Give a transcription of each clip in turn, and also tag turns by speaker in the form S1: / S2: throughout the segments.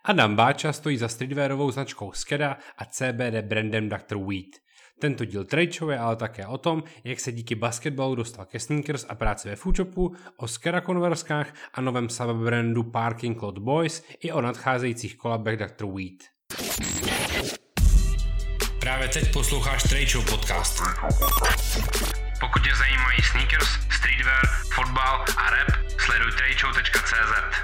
S1: Adam Báča stojí za streetwearovou značkou Skeda a CBD brandem Dr. Weed. Tento díl Trade Show je ale také o tom, jak se díky basketbalu dostal ke sneakers a práci ve foodshopu, o Skeda konverskách a novém subbrandu Parking Lot Boys i o nadcházejících kolabech Dr. Weed. Právě teď posloucháš Trade Show podcast. Pokud tě zajímají sneakers, streetwear, fotbal a rap, sleduj tradeshow.cz.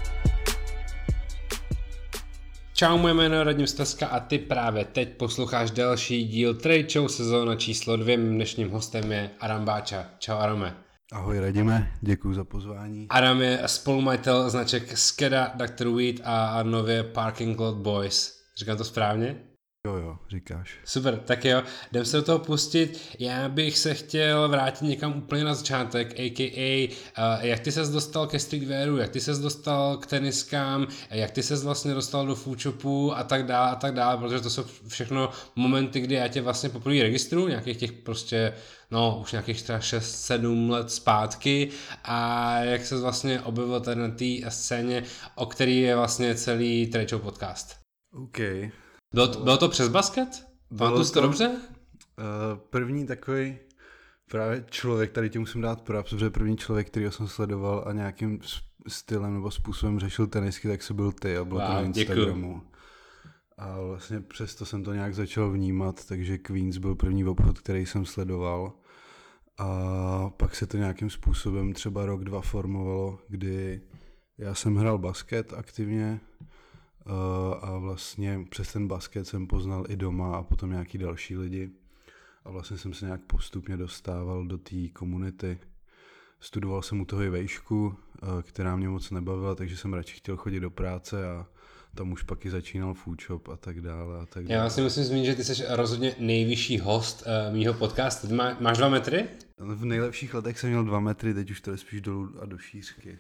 S1: Čau, moje jméno je Radim Steska a ty právě teď posloucháš další díl Trade Show sezóna číslo 2. Mým dnešním hostem je Adam Báča. Čau Adame.
S2: Ahoj Radime, děkuji za pozvání.
S1: Adam je spolumajitel značek Skeda, Dr. Weed a nově Parking Lot Boys. Říkám to správně?
S2: Jo, říkáš.
S1: Super, tak jo, jdem se do toho pustit. Já bych se chtěl vrátit někam úplně na začátek, a.k.a. Jak ty ses dostal ke streetwearu, jak ty ses dostal k teniskám, jak ty ses vlastně dostal do foodshopu a tak dále, protože to jsou všechno momenty, kdy já tě vlastně poprvé registruju, nějakých těch prostě, už nějakých třeba 6-7 let zpátky a jak ses vlastně objevil tady na té scéně, o který je vlastně celý Trade Show podcast.
S2: OK.
S1: Bylo to přes basket? Pamatuju si to dobře?
S2: První takový právě člověk, tady ti musím dát prav, protože první člověk, kterýho jsem sledoval a nějakým stylem nebo způsobem řešil tenisky, tak se byl ty a bylo to na Instagramu. Děkuju. A vlastně přesto jsem to nějak začal vnímat, takže Queens byl první obchod, který jsem sledoval. A pak se to nějakým způsobem třeba rok, dva formovalo, kdy já jsem hrál basket aktivně, a vlastně přes ten basket jsem poznal i doma a potom nějaký další lidi a vlastně jsem se nějak postupně dostával do té komunity. Studoval jsem u toho i vejšku, která mě moc nebavila, takže jsem radši chtěl chodit do práce a tam už pak i začínal foodshop a tak dále.
S1: Já si musím zmínit, že ty jsi rozhodně nejvyšší host mýho podcastu. Máš 2 metry?
S2: V nejlepších letech jsem měl 2 metry, teď už to je spíš dolů a do šířky.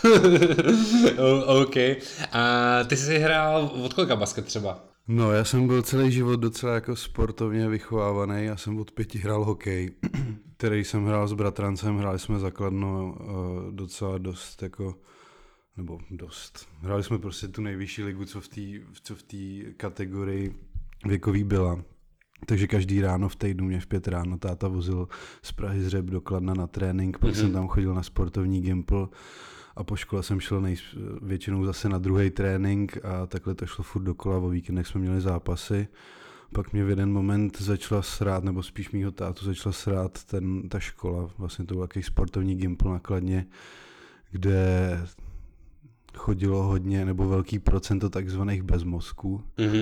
S1: OK. A ty jsi hrál od kolika basket třeba?
S2: No, já jsem byl celý život docela jako sportovně vychovávaný. Já jsem od 5 hrál hokej, který jsem hrál s bratrancem, hráli jsme základno docela dost jako, nebo dost. Hráli jsme prostě tu nejvyšší ligu, co v té kategorii věkový byla. Takže každý ráno v týdnu mě v 5 ráno táta vozil z Prahy z Řeb do Kladna na trénink, pak jsem tam chodil na sportovní gimpl a po škole jsem šel většinou zase na druhý trénink a takhle to šlo furt dokola, o víkendech jsme měli zápasy. Pak mě v jeden moment začala srát, nebo spíš mýho tátu začala srát ta škola, vlastně to byl takový sportovní gimpl na Kladně, kde chodilo hodně, nebo velký procento takzvaných bezmozků.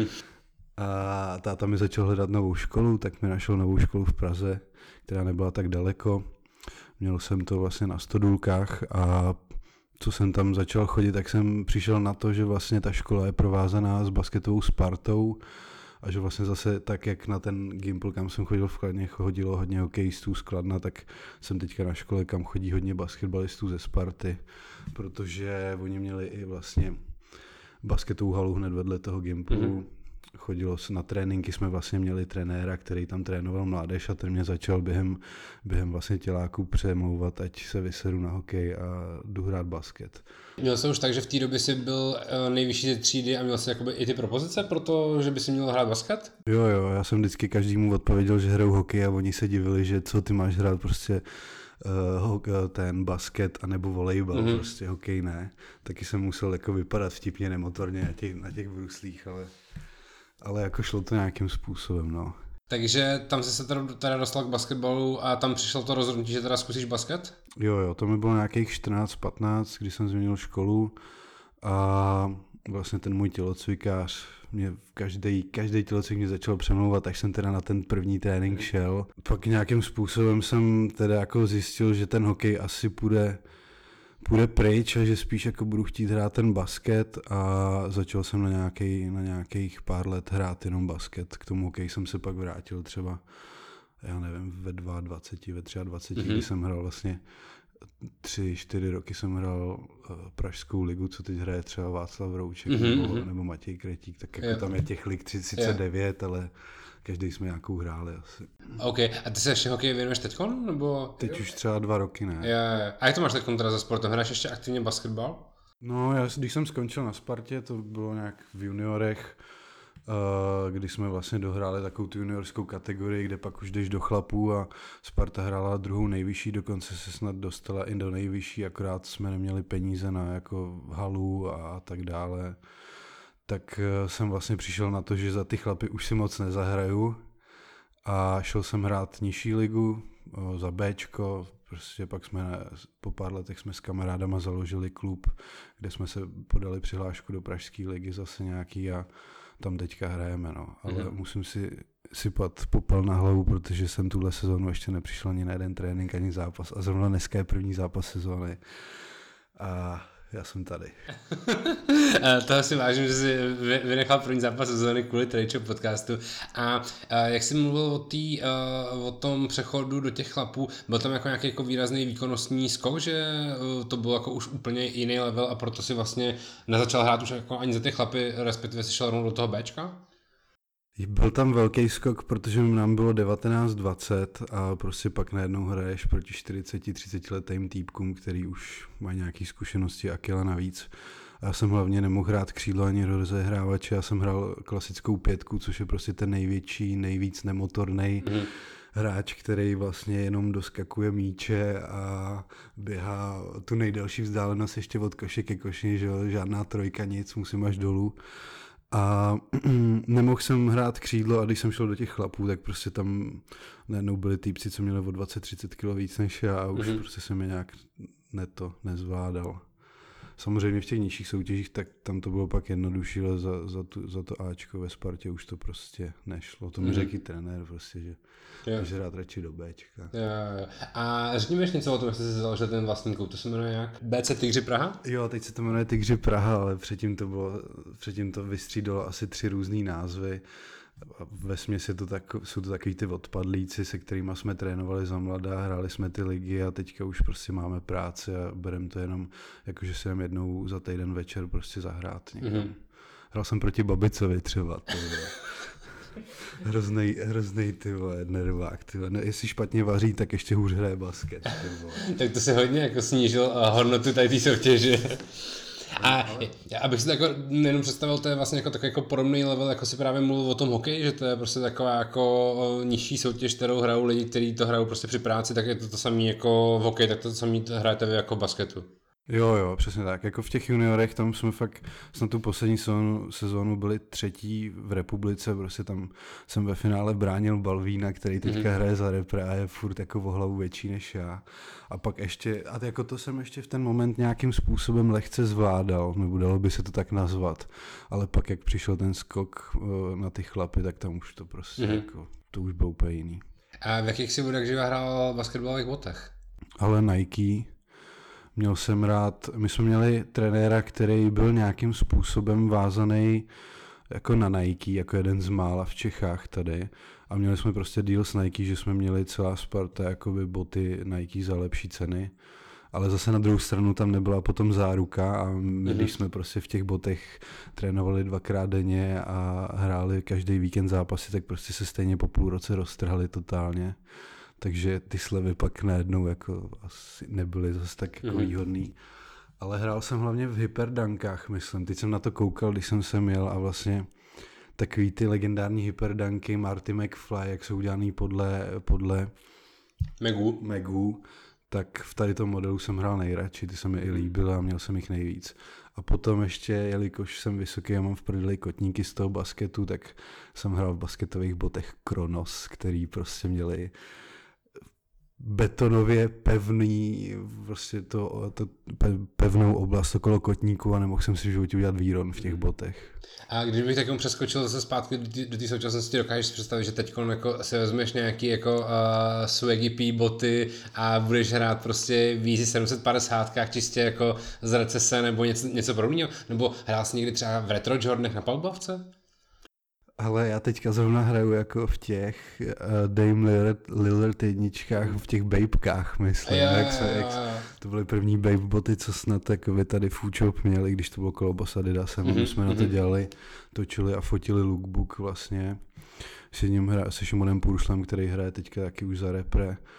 S2: A táta mi začal hledat novou školu, tak mi našel novou školu v Praze, která nebyla tak daleko. Měl jsem to vlastně na Stodůlkách a co jsem tam začal chodit, tak jsem přišel na to, že vlastně ta škola je provázaná s basketovou Spartou a že vlastně zase tak, jak na ten gimpl, kam jsem chodil v Kladně, chodilo hodně hokejistů z Kladna, tak jsem teďka na škole, kam chodí hodně basketbalistů ze Sparty, protože oni měli i vlastně basketovou halu hned vedle toho gimplu. Chodilo se na tréninky, jsme vlastně měli trenéra, který tam trénoval mládež a ten mě začal během vlastně těláků přemlouvat, ať se vysedu na hokej a jdu hrát basket.
S1: Měl jsem už tak, že v té době jsi byl nejvyšší ze třídy a měl jsi jakoby i ty propozice pro to, že by si měl hrát basket?
S2: Jo, já jsem vždycky každému odpověděl, že hraju hokej a oni se divili, že co ty máš hrát prostě ten basket anebo volejbal, prostě hokej ne. Taky jsem musel jako vypadat vtipně nemotorně na těch bruslích, ale jako šlo to nějakým způsobem, no.
S1: Takže tam jsi se teda dostal k basketbalu a tam přišlo to rozhodnutí, že teda zkusíš basket?
S2: Jo, to mi bylo nějakých 14-15, když jsem změnil školu a vlastně ten můj tělocvikář mě každý tělocvik mě začal přemlouvat, až jsem teda na ten první trénink šel. Pak nějakým způsobem jsem teda jako zjistil, že ten hokej asi půjde pryč a že spíš jako budu chtít hrát ten basket a začal jsem na nějakých pár let hrát jenom basket. K tomu hokej jsem se pak vrátil třeba, já nevím, ve 22, ve 23, kdy jsem hrál vlastně 3-4 roky jsem hrál pražskou ligu, co teď hraje třeba Václav Rouček nebo Matěj Kretík, tak jako tam je těch lig 39, ale každý jsme nějakou hráli asi.
S1: OK, a ty se ještě hokej věnuješ teďkon? Nebo...
S2: Teď už třeba 2 roky, ne?
S1: A jak to máš teďkon teda za sportem? Hráš ještě aktivně basketbal?
S2: No, když jsem skončil na Spartě, to bylo nějak v juniorech, kdy jsme vlastně dohráli takovou tu juniorskou kategorii, kde pak už jdeš do chlapů a Sparta hrála druhou nejvyšší, dokonce se snad dostala i do nejvyšší, akorát jsme neměli peníze na jako halu a tak dále. Tak jsem vlastně přišel na to, že za ty chlapy už si moc nezahraju a šel jsem hrát nižší ligu za Bčko. Prostě pak po pár letech jsme s kamarádama založili klub, kde jsme se podali přihlášku do pražské ligy zase nějaký a tam teďka hrajeme, no. Ale musím si sypat popel na hlavu, protože jsem tuhle sezónu ještě nepřišel ani na jeden trénink, ani zápas a zrovna dneska je první zápas sezóny. A já jsem tady.
S1: Toho si vážím, že jsi vynechal první zápas sezóny kvůli Trejčo podcastu. A jak jsi mluvil o tom přechodu do těch chlapů, byl tam jako nějaký jako výrazný výkonnostní skok, že to bylo jako už úplně jiný level a proto si vlastně nezačal hrát už jako ani za ty chlapy, respektive si šel rovnou do toho Bčka?
S2: Byl tam velký skok, protože nám bylo 19-20 a prostě pak najednou hraješ proti 40-30 letým týpkům, který už mají nějaké zkušenosti a kila navíc. A já jsem hlavně nemohl hrát křídlo ani rozehrávače, já jsem hrál klasickou pětku, což je prostě ten největší, nejvíc nemotornej hráč, který vlastně jenom doskakuje míče a běhá tu nejdelší vzdálenost ještě od koše ke koši, že jo? Žádná trojka, nic, musím až dolů. A nemohl jsem hrát křídlo a když jsem šel do těch chlapů, tak prostě tam najednou byli týpci, co měli o 20-30 kg víc než já a už prostě jsem je nějak nezvládal. Samozřejmě v těch nižších soutěžích, tak tam to bylo pak jednodušší, ale za to Ačko ve Spartě už to prostě nešlo. To mi řekl i trenér prostě, že může hrát radši do Bčka.
S1: Jo. A řekni mi ještě něco o tom, jak jsi si založil ten vlastní klub, to se jmenuje jak? BC Tygři Praha?
S2: Jo, teď se to jmenuje Tygři Praha, ale předtím to vystřídalo asi 3 různý názvy. Vesměs jsou to takový ty odpadlíci, se kterými jsme trénovali za mladá, hráli jsme ty ligy a teďka už prostě máme práci a bereme to jenom, jakože si jdem jednou za týden večer prostě zahrát někam. Hrál jsem proti Babicovi třeba, to bylo hroznej ty vole, nervák, ty vole. No, jestli špatně vaří, tak ještě hůř hraje basket.
S1: Tak to si hodně jako snížil hodnotu tady té soutěže. A abych si to jako nejenom představil, to je vlastně jako takový jako podobný level, jako si právě mluvil o tom hokeji, že to je prostě taková jako nižší soutěž, kterou hrajou lidi, kteří to hrajou prostě při práci, tak je to samé jako v hokeji, tak to samé hrajete vy jako v basketu.
S2: Jo, přesně tak. Jako v těch juniorech, tam jsme fakt snad tu poslední sezónu byli 3. v republice, prostě tam jsem ve finále bránil Balvína, který teďka hraje za repre a je furt jako o hlavu větší než já. A pak ještě, a jako to jsem ještě v ten moment nějakým způsobem lehce zvládal, nebo dalo by se to tak nazvat, ale pak jak přišel ten skok na ty chlapy, tak tam už to prostě jako, to už bylo úplně jiný.
S1: A v jakých si budeš živa hrál basketbalových botech?
S2: Ale Nike. Měl jsem rád, my jsme měli trenéra, který byl nějakým způsobem vázaný jako na Nike, jako jeden z mála v Čechách tady. A měli jsme prostě deal s Nike, že jsme měli celá Sparta jakoby boty Nike za lepší ceny. Ale zase na druhou stranu tam nebyla potom záruka a my, když jsme prostě v těch botech trénovali 2krát denně a hráli každý víkend zápasy, tak prostě se stejně po půl roce roztrhali totálně. Takže ty slevy pak najednou jako asi nebyly zase tak jako výhodný. Ale hrál jsem hlavně v hyperdunkách, myslím. Teď jsem na to koukal, když jsem sem jel a vlastně takový ty legendární hyperdunky Marty McFly, jak jsou udělaný podle Megu, tak v tady tom modelu jsem hrál nejradši, ty se mi i líbily a měl jsem jich nejvíc. A potom ještě, jelikož jsem vysoký a mám v prdeli kotníky z toho basketu, tak jsem hrál v basketových botech Kronos, který prostě měli betonově pevný, prostě pevnou oblast okolo kotníku a nemohl jsem si v životě udělat výron v těch botech.
S1: A když bych takom přeskočil zase zpátky do té současnosti, dokážeš si představit, že teď jako si vezmeš nějaký jako Swaggy P boty a budeš hrát prostě v Easy 750 čistě jako z recese nebo něco podobného? Nebo hrál jsi někdy třeba v Retro Jordanech na palubovce?
S2: Ale já teďka zrovna hraju jako v těch Dame Lillard jedničkách, v těch Babekách, myslím. To byly první Babe boty, co snad takový tady Foodshop měli, když to bylo Kolobos Adidasem. My jsme na to dělali, točili a fotili lookbook vlastně s Šimonem Puršlem, který hraje teďka taky už za repre.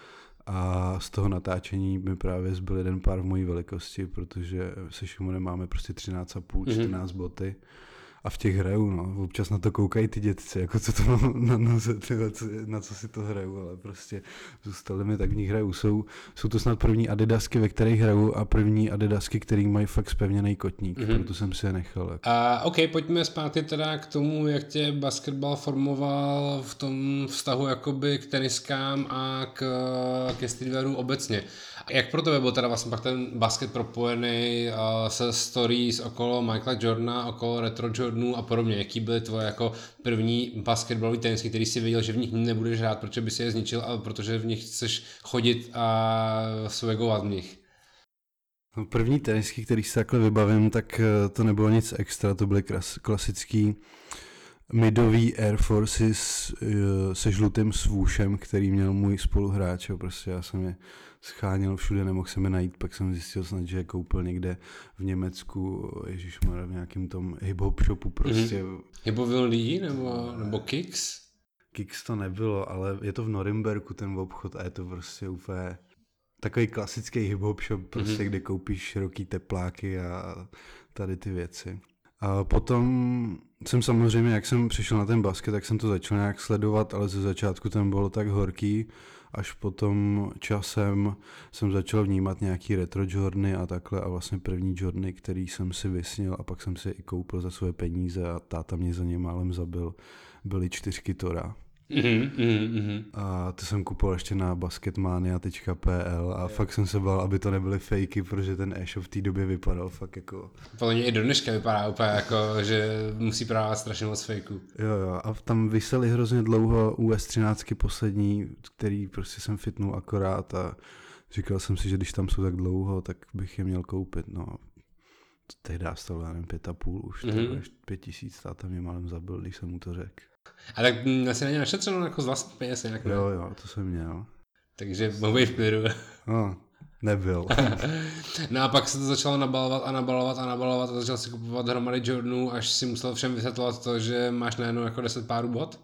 S2: A z toho natáčení mi právě zbyl jeden pár v mojí velikosti, protože se Šimonem máme prostě 13,5, 14 boty. A v těch hraju, no, občas na to koukají ty dětci, jako co to na co si to hraju, ale prostě zůstaly mi, tak v nich hraju. Jsou to snad první adidasky, ve kterých hraju a první adidasky, který mají fakt zpevněný kotník, proto jsem si je nechal.
S1: OK, pojďme zpátky teda k tomu, jak tě basketbal formoval v tom vztahu jakoby k teniskám a ke streetwearu obecně. Jak pro tebe byl teda vlastně pak ten basket propojený se stories okolo Michaela Jordana, okolo retro Jordanů a podobně? Jaký byly tvoje jako první basketbalový tenisky, který si věděl, že v nich nebudeš hrát, protože by si je zničil, ale protože v nich chceš chodit a swagovat v nich?
S2: První tenisky, který si takhle vybavím, tak to nebylo nic extra, to byly klasický midový Air Forces se žlutým svůšem, který měl můj spoluhráč. Prostě já jsem je scháněl všude, nemohl jsem je najít, pak jsem zjistil snad, že je koupil někde v Německu, ježišmarja, v nějakém tom hip-hop shopu prostě.
S1: Hip-hop Lee nebo Kicks?
S2: Kicks to nebylo, ale je to v Norimberku ten obchod a je to prostě úplně takový klasický hip-hop shop, prostě, kde koupíš široký tepláky a tady ty věci. A potom jsem samozřejmě, jak jsem přišel na ten basket, tak jsem to začal nějak sledovat, ale ze začátku tam bylo tak horký, až potom časem jsem začal vnímat nějaký retro Jordany a takhle a vlastně první Jordany, který jsem si vysnil a pak jsem si i koupil za své peníze a táta mě za ně málem zabil, byly 4 Tora. A to jsem kupoval ještě na basketmania.pl a fakt jsem se bál, aby to nebyly fejky, protože ten e-shop v té době vypadal fakt jako...
S1: Podle mě i do dneška vypadá úplně jako, že musí prodávat strašně moc fejků.
S2: Jo, a tam visely hrozně dlouho US 13 poslední, který prostě jsem fitnul akorát a říkal jsem si, že když tam jsou tak dlouho, tak bych je měl koupit, no. Tehdy stalo, já nevím, 5,5 už, 5,000, táta mě málem zabil, když jsem mu to řekl.
S1: A tak asi na ně našetřeno jako z vlastních peněz nějak, ne?
S2: Jo, to jsem měl.
S1: Takže mohl být v klidu.
S2: No, nebyl.
S1: No a pak se to začalo nabalovat a začal si kupovat hromady Jordanů, až si musel všem vysvětlovat to, že máš najednou jako 10 párů bot?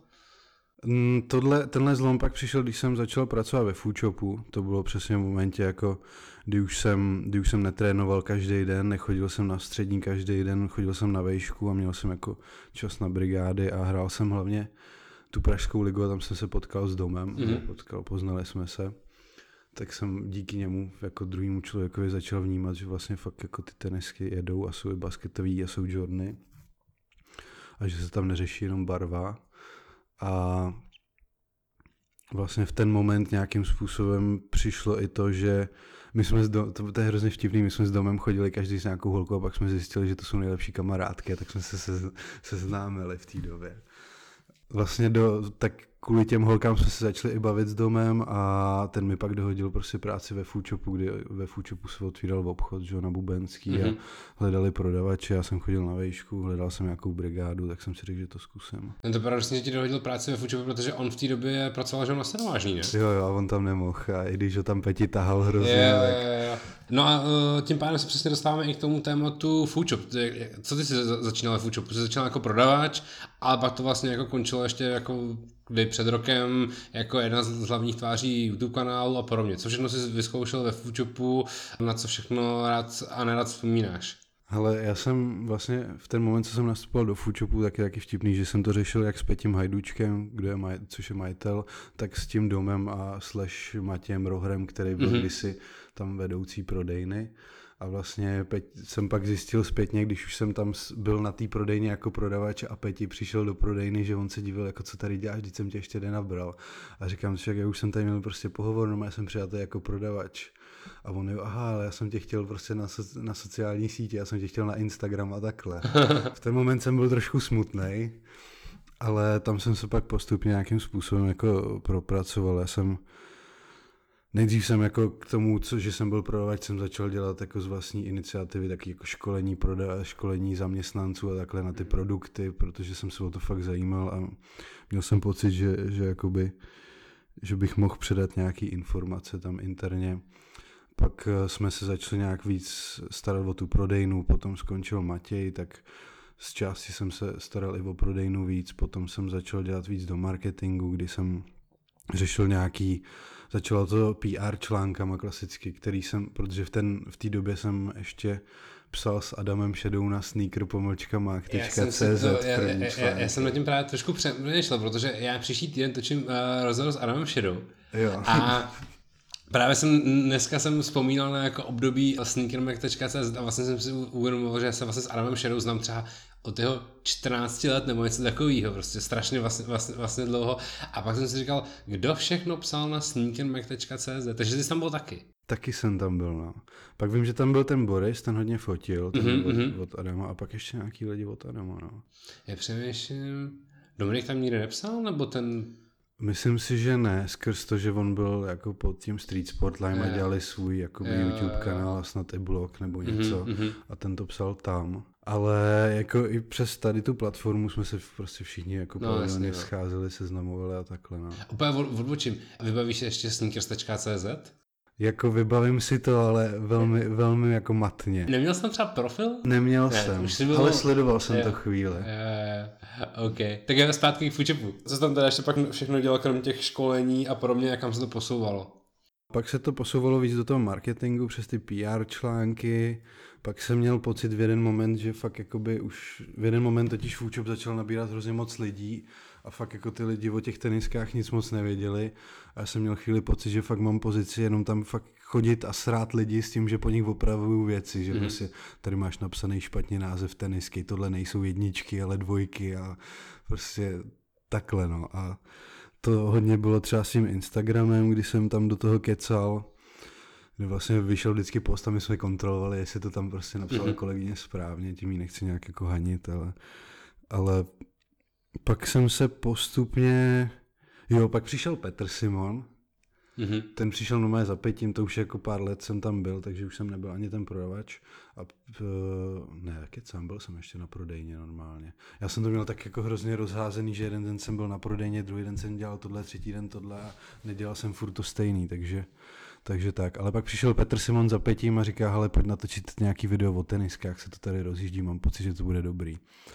S2: Tenhle zlom pak přišel, když jsem začal pracovat ve foodshopu. To bylo přesně v momentě, jako, kdy už jsem netrénoval každý den, nechodil jsem na střední každý den, chodil jsem na vejšku a měl jsem jako čas na brigády a hrál jsem hlavně tu pražskou ligu a tam jsem se potkal s Domem, poznali jsme se. Tak jsem díky němu jako druhému člověkovi začal vnímat, že vlastně fakt jako ty tenisky jedou a jsou i basketový a jsou Jordany a že se tam neřeší jenom barva. A vlastně v ten moment nějakým způsobem přišlo i to, že my jsme to je hrozně vtipný, my jsme s Domem chodili každý s nějakou holkou a pak jsme zjistili, že to jsou nejlepší kamarádky a tak jsme se seznámili v té době. Vlastně tak kvůli těm holkám jsme se začali i bavit s Domem a ten mi pak dohodil prostě práci ve foodshopu, kdy ve foodshopu se otvíral obchod, že, na Bubenský a hledali prodavače, já jsem chodil na vejšku, hledal jsem nějakou brigádu, tak jsem si řekl, že to zkusím.
S1: No to paradoxně, že ti dohodil práci ve foodshopu, protože on v té době pracoval, že na Stanovážní, ne?
S2: Jo, a on tam nemohl a i když ho tam Peti tahal hrozně.
S1: Jo. No a tím pádem se přesně dostáváme i k tomu tématu foodshop. Co ty jsi začínal ve foodshopu? Jsi začínal jako prodavač, ale pak to vlastně jako končilo ještě jako kdy před rokem jako jedna z hlavních tváří YouTube kanálu a podobně. Co všechno jsi vyzkoušel ve foodshopu, na co všechno rád a nerad vzpomínáš?
S2: Hele, já jsem vlastně v ten moment, co jsem nastupoval do foodshopu, tak je taky vtipný, že jsem to řešil jak s Petím Hajdůčkem, což je majitel, tak s tím Domem a / Matějem Rohrem, který byl kdysi tam vedoucí prodejny. A vlastně jsem pak zjistil zpětně, když už jsem tam byl na té prodejně jako prodavač a Peti přišel do prodejny, že on se divil, jako co tady děláš, vždyť jsem tě ještě nenabral. A říkám si, já už jsem tady měl prostě pohovor, no já jsem přijatý jako prodavač. A on jo, aha, ale já jsem tě chtěl prostě na sociální sítě, já jsem tě chtěl na Instagram a takhle. V ten moment jsem byl trošku smutnej, ale tam jsem se pak postupně nějakým způsobem jako propracoval. Nejdřív jsem jako k tomu, že jsem byl prodavač, jsem začal dělat jako z vlastní iniciativy taky jako školení zaměstnanců a takhle na ty produkty, protože jsem se o to fakt zajímal a měl jsem pocit, že bych mohl předat nějaké informace tam interně. Pak jsme se začali nějak víc starat o tu prodejnu, potom skončil Matěj, tak z části jsem se staral i o prodejnu víc, potom jsem začal dělat víc do marketingu, kdy jsem řešil nějaký, začalo to PR článkama klasicky, který jsem, protože v té době jsem ještě psal s Adamem Šedou na sneaker-mark.cz.
S1: Já jsem nad tím právě trošku přemýšlel, protože já příští týden točím rozhovor s Adamem Šedou.
S2: Jo.
S1: A právě dneska jsem vzpomínal na jako období sneakermark.cz a vlastně jsem si uvědomil, že se vlastně s Adamem Šedou znám třeba od jeho 14 let nebo něco takového, prostě strašně vlastně dlouho. A pak jsem si říkal, kdo všechno psal na sneakermark.cz, takže jsi tam byl taky.
S2: Taky jsem tam byl, no. Pak vím, že tam byl ten Boris, ten hodně fotil, ten od Adama a pak ještě nějaký lidi od Adama, no.
S1: Já přemýšlím, Dominik tam nikdy nepsal, nebo ten...
S2: Myslím si, že ne, skrz to, že on byl jako pod tím Street Sportlinem a dělali svůj jakoby YouTube kanál a snad i blog nebo něco a ten to psal tam. Ale jako i přes tady tu platformu jsme se prostě všichni jako pravidelně scházeli, seznamovali a takhle, no.
S1: Úplně odbočím. Vybavíš se ještě sneakers.cz?
S2: Jako vybavím si to, ale velmi jako matně.
S1: Neměl jsi tam třeba profil?
S2: Neměl jsem, ale sledoval jsem to chvíli.
S1: OK, tak je zpátky k Foodshopu. Co jsi tam teda ještě pak všechno dělal, kromě těch školení a podobně, jak kam se to posouvalo?
S2: Pak se to posouvalo víc do toho marketingu přes ty PR články, pak jsem měl pocit v jeden moment, že fakt jakoby už v jeden moment totiž Foodshop začal nabírat hrozně moc lidí a fakt jako ty lidi o těch teniskách nic moc nevěděli a já jsem měl chvíli pocit, že fakt mám pozici jenom tam fakt chodit a srát lidi s tím, že po nich opravuju věci, že prostě tady máš napsaný špatně název tenisky, tohle nejsou jedničky, ale dvojky a prostě takhle, no. A to hodně bylo třeba s tím Instagramem, kdy jsem tam do toho kecal, kdy vlastně vyšel vždycky post a my jsme kontrolovali, jestli to tam prostě napsala kolegyně správně, tím jí nechci nějak jako hanit, ale pak jsem se postupně, pak přišel Petr Simon, ten přišel normálně za Petím, to už jako pár let jsem tam byl, takže už jsem nebyl ani ten prodavač. A ne, kecám, byl jsem ještě na prodejně normálně. Já jsem to měl tak jako hrozně rozházený, že jeden den jsem byl na prodejně, druhý den jsem dělal tohle, třetí den tohle a nedělal jsem furt to stejný, takže tak. Ale pak přišel Petr Simon za Petím a říká, hele, pojď natočit nějaký video o teniskách, se to tady rozjíždí, mám pocit, že to bude dobrý.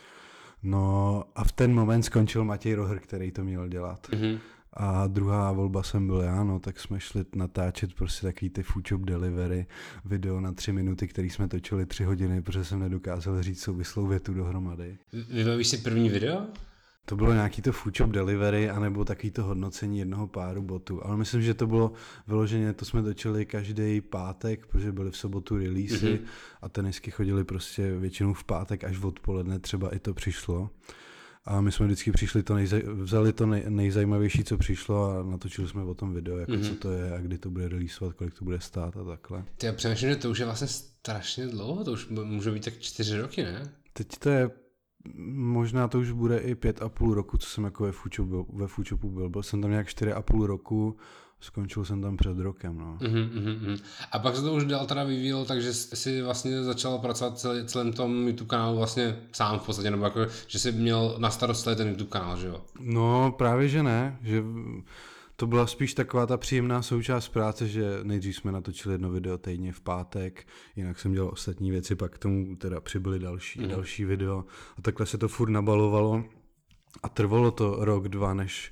S2: No a v ten moment skončil Matěj Rohr, který to měl dělat. A druhá volba jsem byl já, no, tak jsme šli natáčet prostě takový ty Foodshop Delivery video na 3 minuty, který jsme točili 3 hodiny, protože jsem nedokázal říct souvislou větu dohromady.
S1: Vybavíš si první video?
S2: To bylo nějaký to Foodshop Delivery, anebo takový to hodnocení jednoho páru botů. Ale myslím, že to bylo vyloženě, to jsme točili každý pátek, protože byly v sobotu releasy a tenisky chodili prostě většinou v pátek až v odpoledne, třeba i to přišlo. A my jsme vždycky přišli vzali to nejzajímavější, co přišlo a natočili jsme o tom video, jako co to je a kdy to bude releaseovat, kolik to bude stát a takhle.
S1: Já přemýšlím, že to už je vlastně strašně dlouho, to už může být tak 4 roky, ne?
S2: Teď to je, možná to už bude i 5,5 roku, co jsem jako ve Foodshopu byl. Byl jsem tam nějak 4,5 roku, skončil jsem tam před rokem, no.
S1: A pak se to už dál teda vyvíjelo, takže jsi vlastně začal pracovat celém tom YouTube kanálu vlastně sám v podstatě, nebo jako, že jsi měl na starost celý ten YouTube kanál, že jo?
S2: No právě, že ne, že to byla spíš taková ta příjemná součást práce, že nejdřív jsme natočili 1 video týdně v pátek, jinak jsem dělal ostatní věci, pak k tomu teda přibyly další video a takhle se to furt nabalovalo a trvalo to rok, 2, než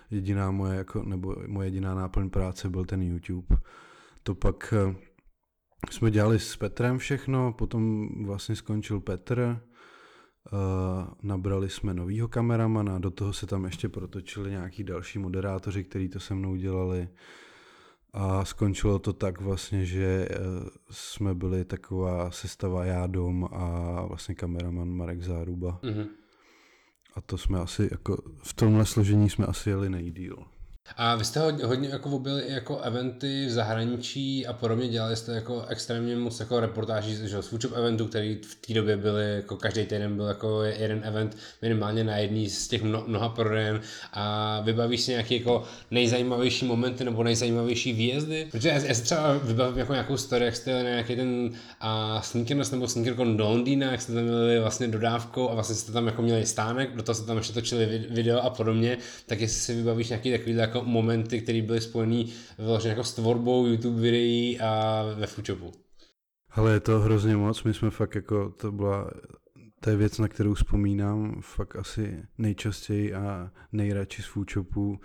S2: moje jediná náplň práce byl ten YouTube. To pak jsme dělali s Petrem všechno, potom vlastně skončil Petr, nabrali jsme novýho kameramana, do toho se tam ještě protočili nějaký další moderátoři, kteří to se mnou dělali a skončilo to tak vlastně, že jsme byli taková sestava já, Dom a vlastně kameraman Marek Záruba. A to jsme asi jako v tomhle složení jsme asi jeli nejdýl.
S1: A vy jste hodně jako objeli jako eventy v zahraničí a podobně, dělali jste jako extrémně moc jako reportáží z Foodshop eventů, který v té době byly, jako každý týden byl jako jeden event minimálně na jedný z těch mnoha prodejen a vybavíš si nějaký jako nejzajímavější momenty nebo nejzajímavější výjezdy? Protože já si třeba vybavím jako nějakou story, jak jste jeli na nějaký ten Sneakers nebo Sneakercon do Londýna, jak jste tam měli vlastně dodávkou a vlastně jste tam jako měli stánek, do toho jste tam ještě točili video a podobně, tak jestli si vybavíš nějaký takový jako momenty, které byly spojený vlastně jako s tvorbou YouTube videí a ve Foodshopu.
S2: Hele, je to hrozně moc, my jsme fakt jako, to je věc, na kterou vzpomínám fakt asi nejčastěji a nejradši z Foodshopu.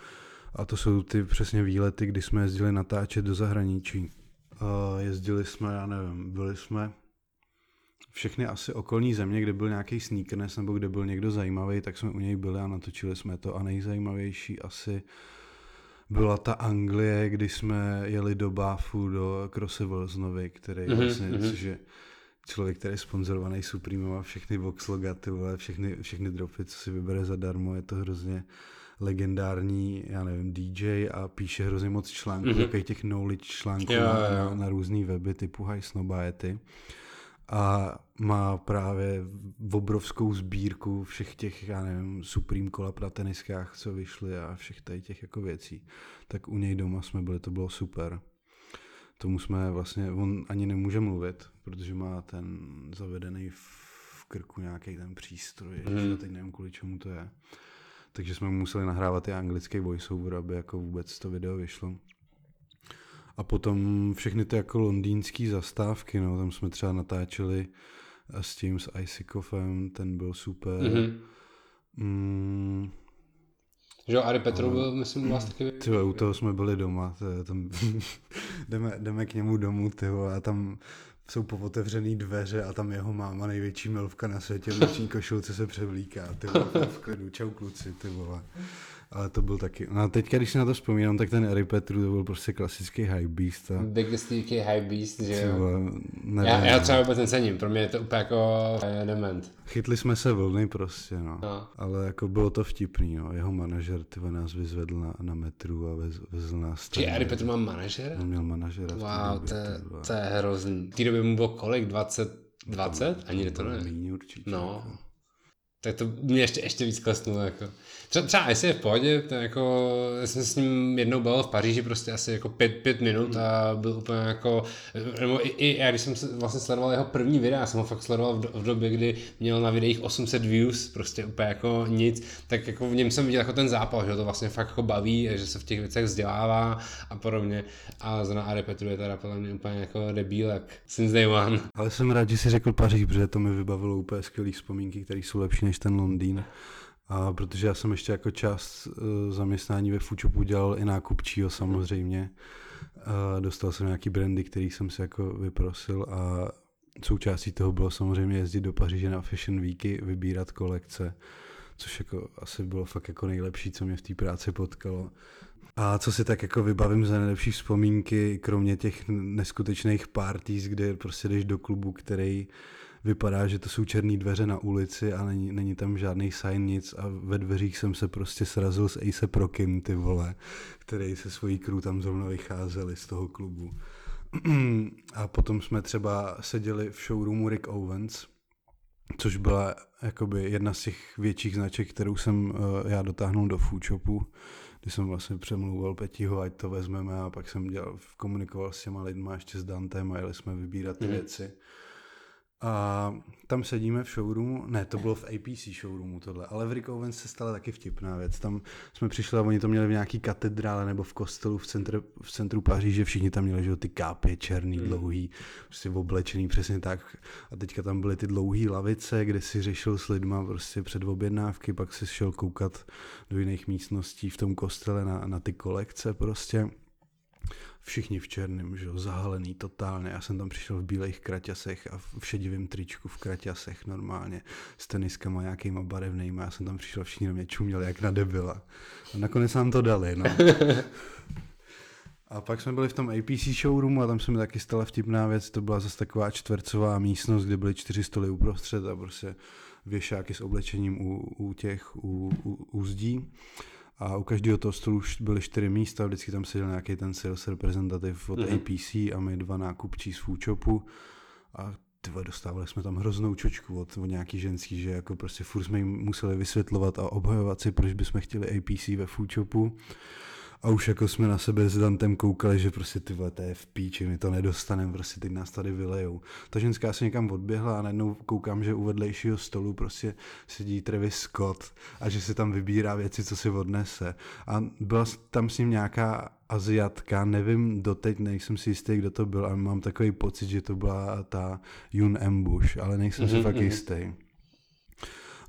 S2: A to jsou ty přesně výlety, kdy jsme jezdili natáčet do zahraničí. Jezdili jsme, já nevím, byli jsme všechny asi okolní země, kde byl nějaký sneakerness nebo kde byl někdo zajímavý, tak jsme u něj byli a natočili jsme to. A nejzajímavější asi byla ta Anglie, kdy jsme jeli do Bafu, do Crossy Wilsonovi, který vlastně, což je člověk, který je sponzorovaný Supreme, má všechny Voxlogaty, všechny dropy, co si vybere zadarmo, je to hrozně legendární, já nevím, DJ a píše hrozně moc článků, takových těch knowledge článků na různý weby typu High Snobiety. A má právě obrovskou sbírku všech těch, já nevím, Supreme kolab na teniskách, co vyšly a všech tady těch jako věcí. Tak u něj doma jsme byli, to bylo super. Tomu jsme vlastně, on ani nemůže mluvit, protože má ten zavedený v krku nějaký ten přístroj, že teď nevím, kvůli čemu to je. Takže jsme museli nahrávat i anglický voiceover, aby jako vůbec to video vyšlo. A potom všechny ty jako londýnský zastávky, no, tam jsme třeba natáčeli s tím, s Isikoffem, ten byl super.
S1: Že jo, Ari Petru byl, myslím, u vás taky...
S2: Tyhle, u toho jsme byli doma, tam jdeme k němu domů, a tam jsou pootevřený dveře a tam jeho máma, největší milvka na světě, v noční košilce se převlíká, v klidu, čau kluci, Ale to byl taky. No a teďka, když si na to vzpomínám, tak ten Ari Petru to byl prostě klasický hypebeast.
S1: Biggest UK hypebeast, že jo. Já třeba vůbec necením, pro mě je to úplně jako dement.
S2: Chytli jsme se vlny prostě, no. Ale jako bylo to vtipný, no. Jeho manažer nás vyzvedl na metru a vezl nás.
S1: Či Ari Petru má manažera?
S2: On měl manažera.
S1: Wow, to je hrozný. V té době mu bylo kolik? 20? Ani to ne.
S2: Míň určitě.
S1: No. Tak to mě ještě víc klesnulo, jako. Třeba jestli je v pohodě, to jako, jsem s ním jednou bavil v Paříži prostě asi jako 5 minut a byl úplně jako, nebo i já když jsem vlastně sledoval jeho první videa, jsem ho fakt sledoval v době, kdy měl na videích 800 views, prostě úplně jako nic, tak jako v něm jsem viděl jako ten zápal, že ho to vlastně fakt jako baví, že se v těch věcech vzdělává a podobně, a zrovna Ari Petru je teda podle mě úplně jako debílek since day one.
S2: Ale jsem rád, že jsi řekl Paříž, protože to mi vybavilo úplně skvělý vzpomínky, které jsou lepší než ten Londýn. A protože já jsem ještě jako část zaměstnání ve Foodshopu dělal i nákupčího samozřejmě. Dostal jsem nějaký brandy, který jsem si jako vyprosil a součástí toho bylo samozřejmě jezdit do Paříže na Fashion Weeky, vybírat kolekce, což jako asi bylo fakt jako nejlepší, co mě v té práci potkalo. A co si tak jako vybavím za nejlepší vzpomínky, kromě těch neskutečných parties, kde prostě jdeš do klubu, který vypadá, že to jsou černé dveře na ulici a není tam žádný sign, nic a ve dveřích jsem se prostě srazil s A$AP Rockem, ty vole, který se svojí crew tam zrovna vycházeli z toho klubu. A potom jsme třeba seděli v showroomu Rick Owens, což byla jakoby jedna z těch větších značek, kterou jsem já dotáhnul do Foodshopu, kdy jsem vlastně přemlouval Petiho, ať to vezmeme, a pak jsem komunikoval s těma lidma ještě s Dantem a jeli jsme vybírat ty věci. A tam sedíme v showroomu, ne, to bylo v APC showroomu tohle, ale v Rick Owens se stala taky vtipná věc. Tam jsme přišli a oni to měli v nějaký katedrále nebo v kostelu v centru Paříže, všichni tam měli, že ty kápy černý, dlouhý, prostě oblečený přesně tak. A teďka tam byly ty dlouhý lavice, kde si řešil s lidma prostě před objednávky, pak si šel koukat do jiných místností v tom kostele na ty kolekce prostě. Všichni v černém, že jo, zahalený totálně. Já jsem tam přišel v bílejch kraťasech a v šedivém tričku v kraťasech normálně, s teniskama nějakýma barevnejma. Já jsem tam přišel, všichni na mě čuměli jak na debila. A nakonec nám to dali, no. A pak jsme byli v tom APC showroomu a tam se mi taky stala vtipná věc. To byla zase taková čtvercová místnost, kde byly 4 stoly uprostřed a prostě věšáky s oblečením u zdí. A u každého toho stolu byly 4 místa, vždycky tam seděl nějaký ten sales reprezentativ od APC a my 2 nákupčí z Foodshopu. A dostávali jsme tam hroznou čočku od nějaký ženský, že jako prostě furt jsme jim museli vysvětlovat a obhajovat si, proč bychom chtěli APC ve Foodshopu. A už jako jsme na sebe s Dantem koukali, že prostě to je v píči, my to nedostaneme, prostě teď nás tady vylejou. Ta ženská se někam odběhla a najednou koukám, že u vedlejšího stolu prostě sedí Travis Scott a že si tam vybírá věci, co si odnese. A byla tam s ním nějaká Aziatka, nevím doteď, nejsem si jistý, kdo to byl, ale mám takový pocit, že to byla ta Yun Ambush, ale nejsem si fakt jistý.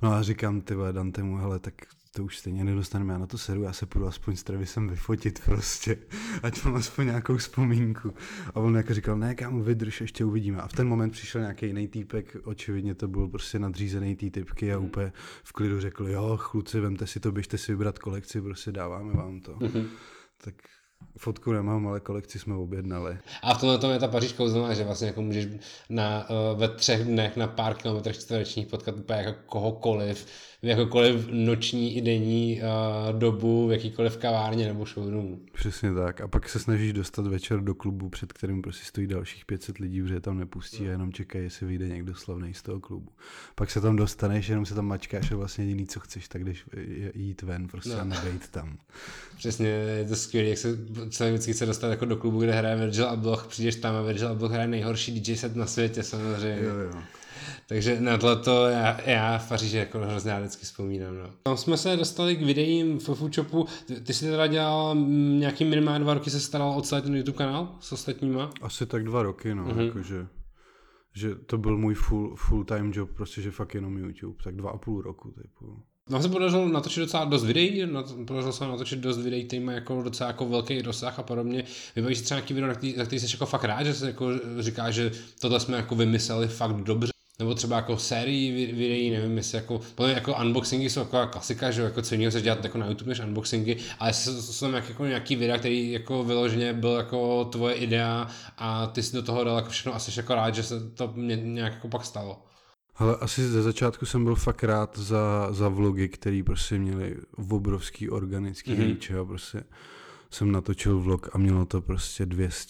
S2: No a říkám, ty vole, Dantemu, hele, tak to už stejně nedostaneme, já na to seru, já se půjdu aspoň s Travisem vyfotit prostě, ať mám aspoň nějakou vzpomínku. A on jako říkal, ne, kámo, vydrž, ještě uvidíme. A v ten moment přišel nějaký jiný týpek, očividně to byl prostě nadřízený té typky a úplně v klidu řekl, jo, kluci, vemte si to, běžte si vybrat kolekci, prostě dáváme vám to. Tak fotku nemám, ale kolekci jsme objednali.
S1: A v tomhle tom je ta Paříž kouzelná, že vlastně jako můžeš ve 3 dnech na pár kilometrech čtverečních potkat úplně jako kohokoliv, v jakoukoliv noční i denní dobu, v jakýkoliv kavárně nebo showroomu.
S2: Přesně tak. A pak se snažíš dostat večer do klubu, před kterým prostě stojí dalších 500 lidí, protože tam nepustí a jenom čekají, jestli vyjde někdo slavný z toho klubu. Pak se tam dostaneš, jenom se tam mačkáš a vlastně jediný, co chceš, tak jdeš jít ven prostě a nebejt tam.
S1: Přesně, je to skvělé, jak se člověk vždycky chce dostat jako do klubu, kde hraje Virgil Abloh, přijdeš tam a Virgil Abloh hraje nejhorší DJ set na světě samozřejmě.
S2: Jo.
S1: Takže na tohleto já v Paříži jako hrozně vždycky vzpomínám. No. Tam jsme se dostali k videím v Foodshopu. Ty jsi teda dělal nějaký minimálně 2 roky, se staral o celý ten YouTube kanál s ostatníma?
S2: Asi tak 2 roky, no, jakože že to byl můj full time job, prostě že fakt jenom YouTube, tak 2,5 roku typu.
S1: Vám se podařilo natočit docela dost videí, podařilo se natočit dost videí, který má jako docela jako velký rozsah a podobně. Vybavíš si třeba nějaký video, na který jsi jako fakt rád, že se jako říká, že tohle jsme jako vymysleli fakt dobře. Nebo třeba jako sérii videí, nevím, jestli jako unboxingy jsou jako klasika, že jako co jiného se dělat jako na YouTube než unboxingy, ale jsou tam jako nějaký videa, který jako vyloženě byl jako tvoje idea a ty si do toho dal jako všechno a jsi jako rád, že se to nějak jako pak stalo.
S2: Ale asi ze začátku jsem byl fakt rád za vlogy, který prostě měli obrovský organický reach, jo, prostě jsem natočil vlog a mělo to prostě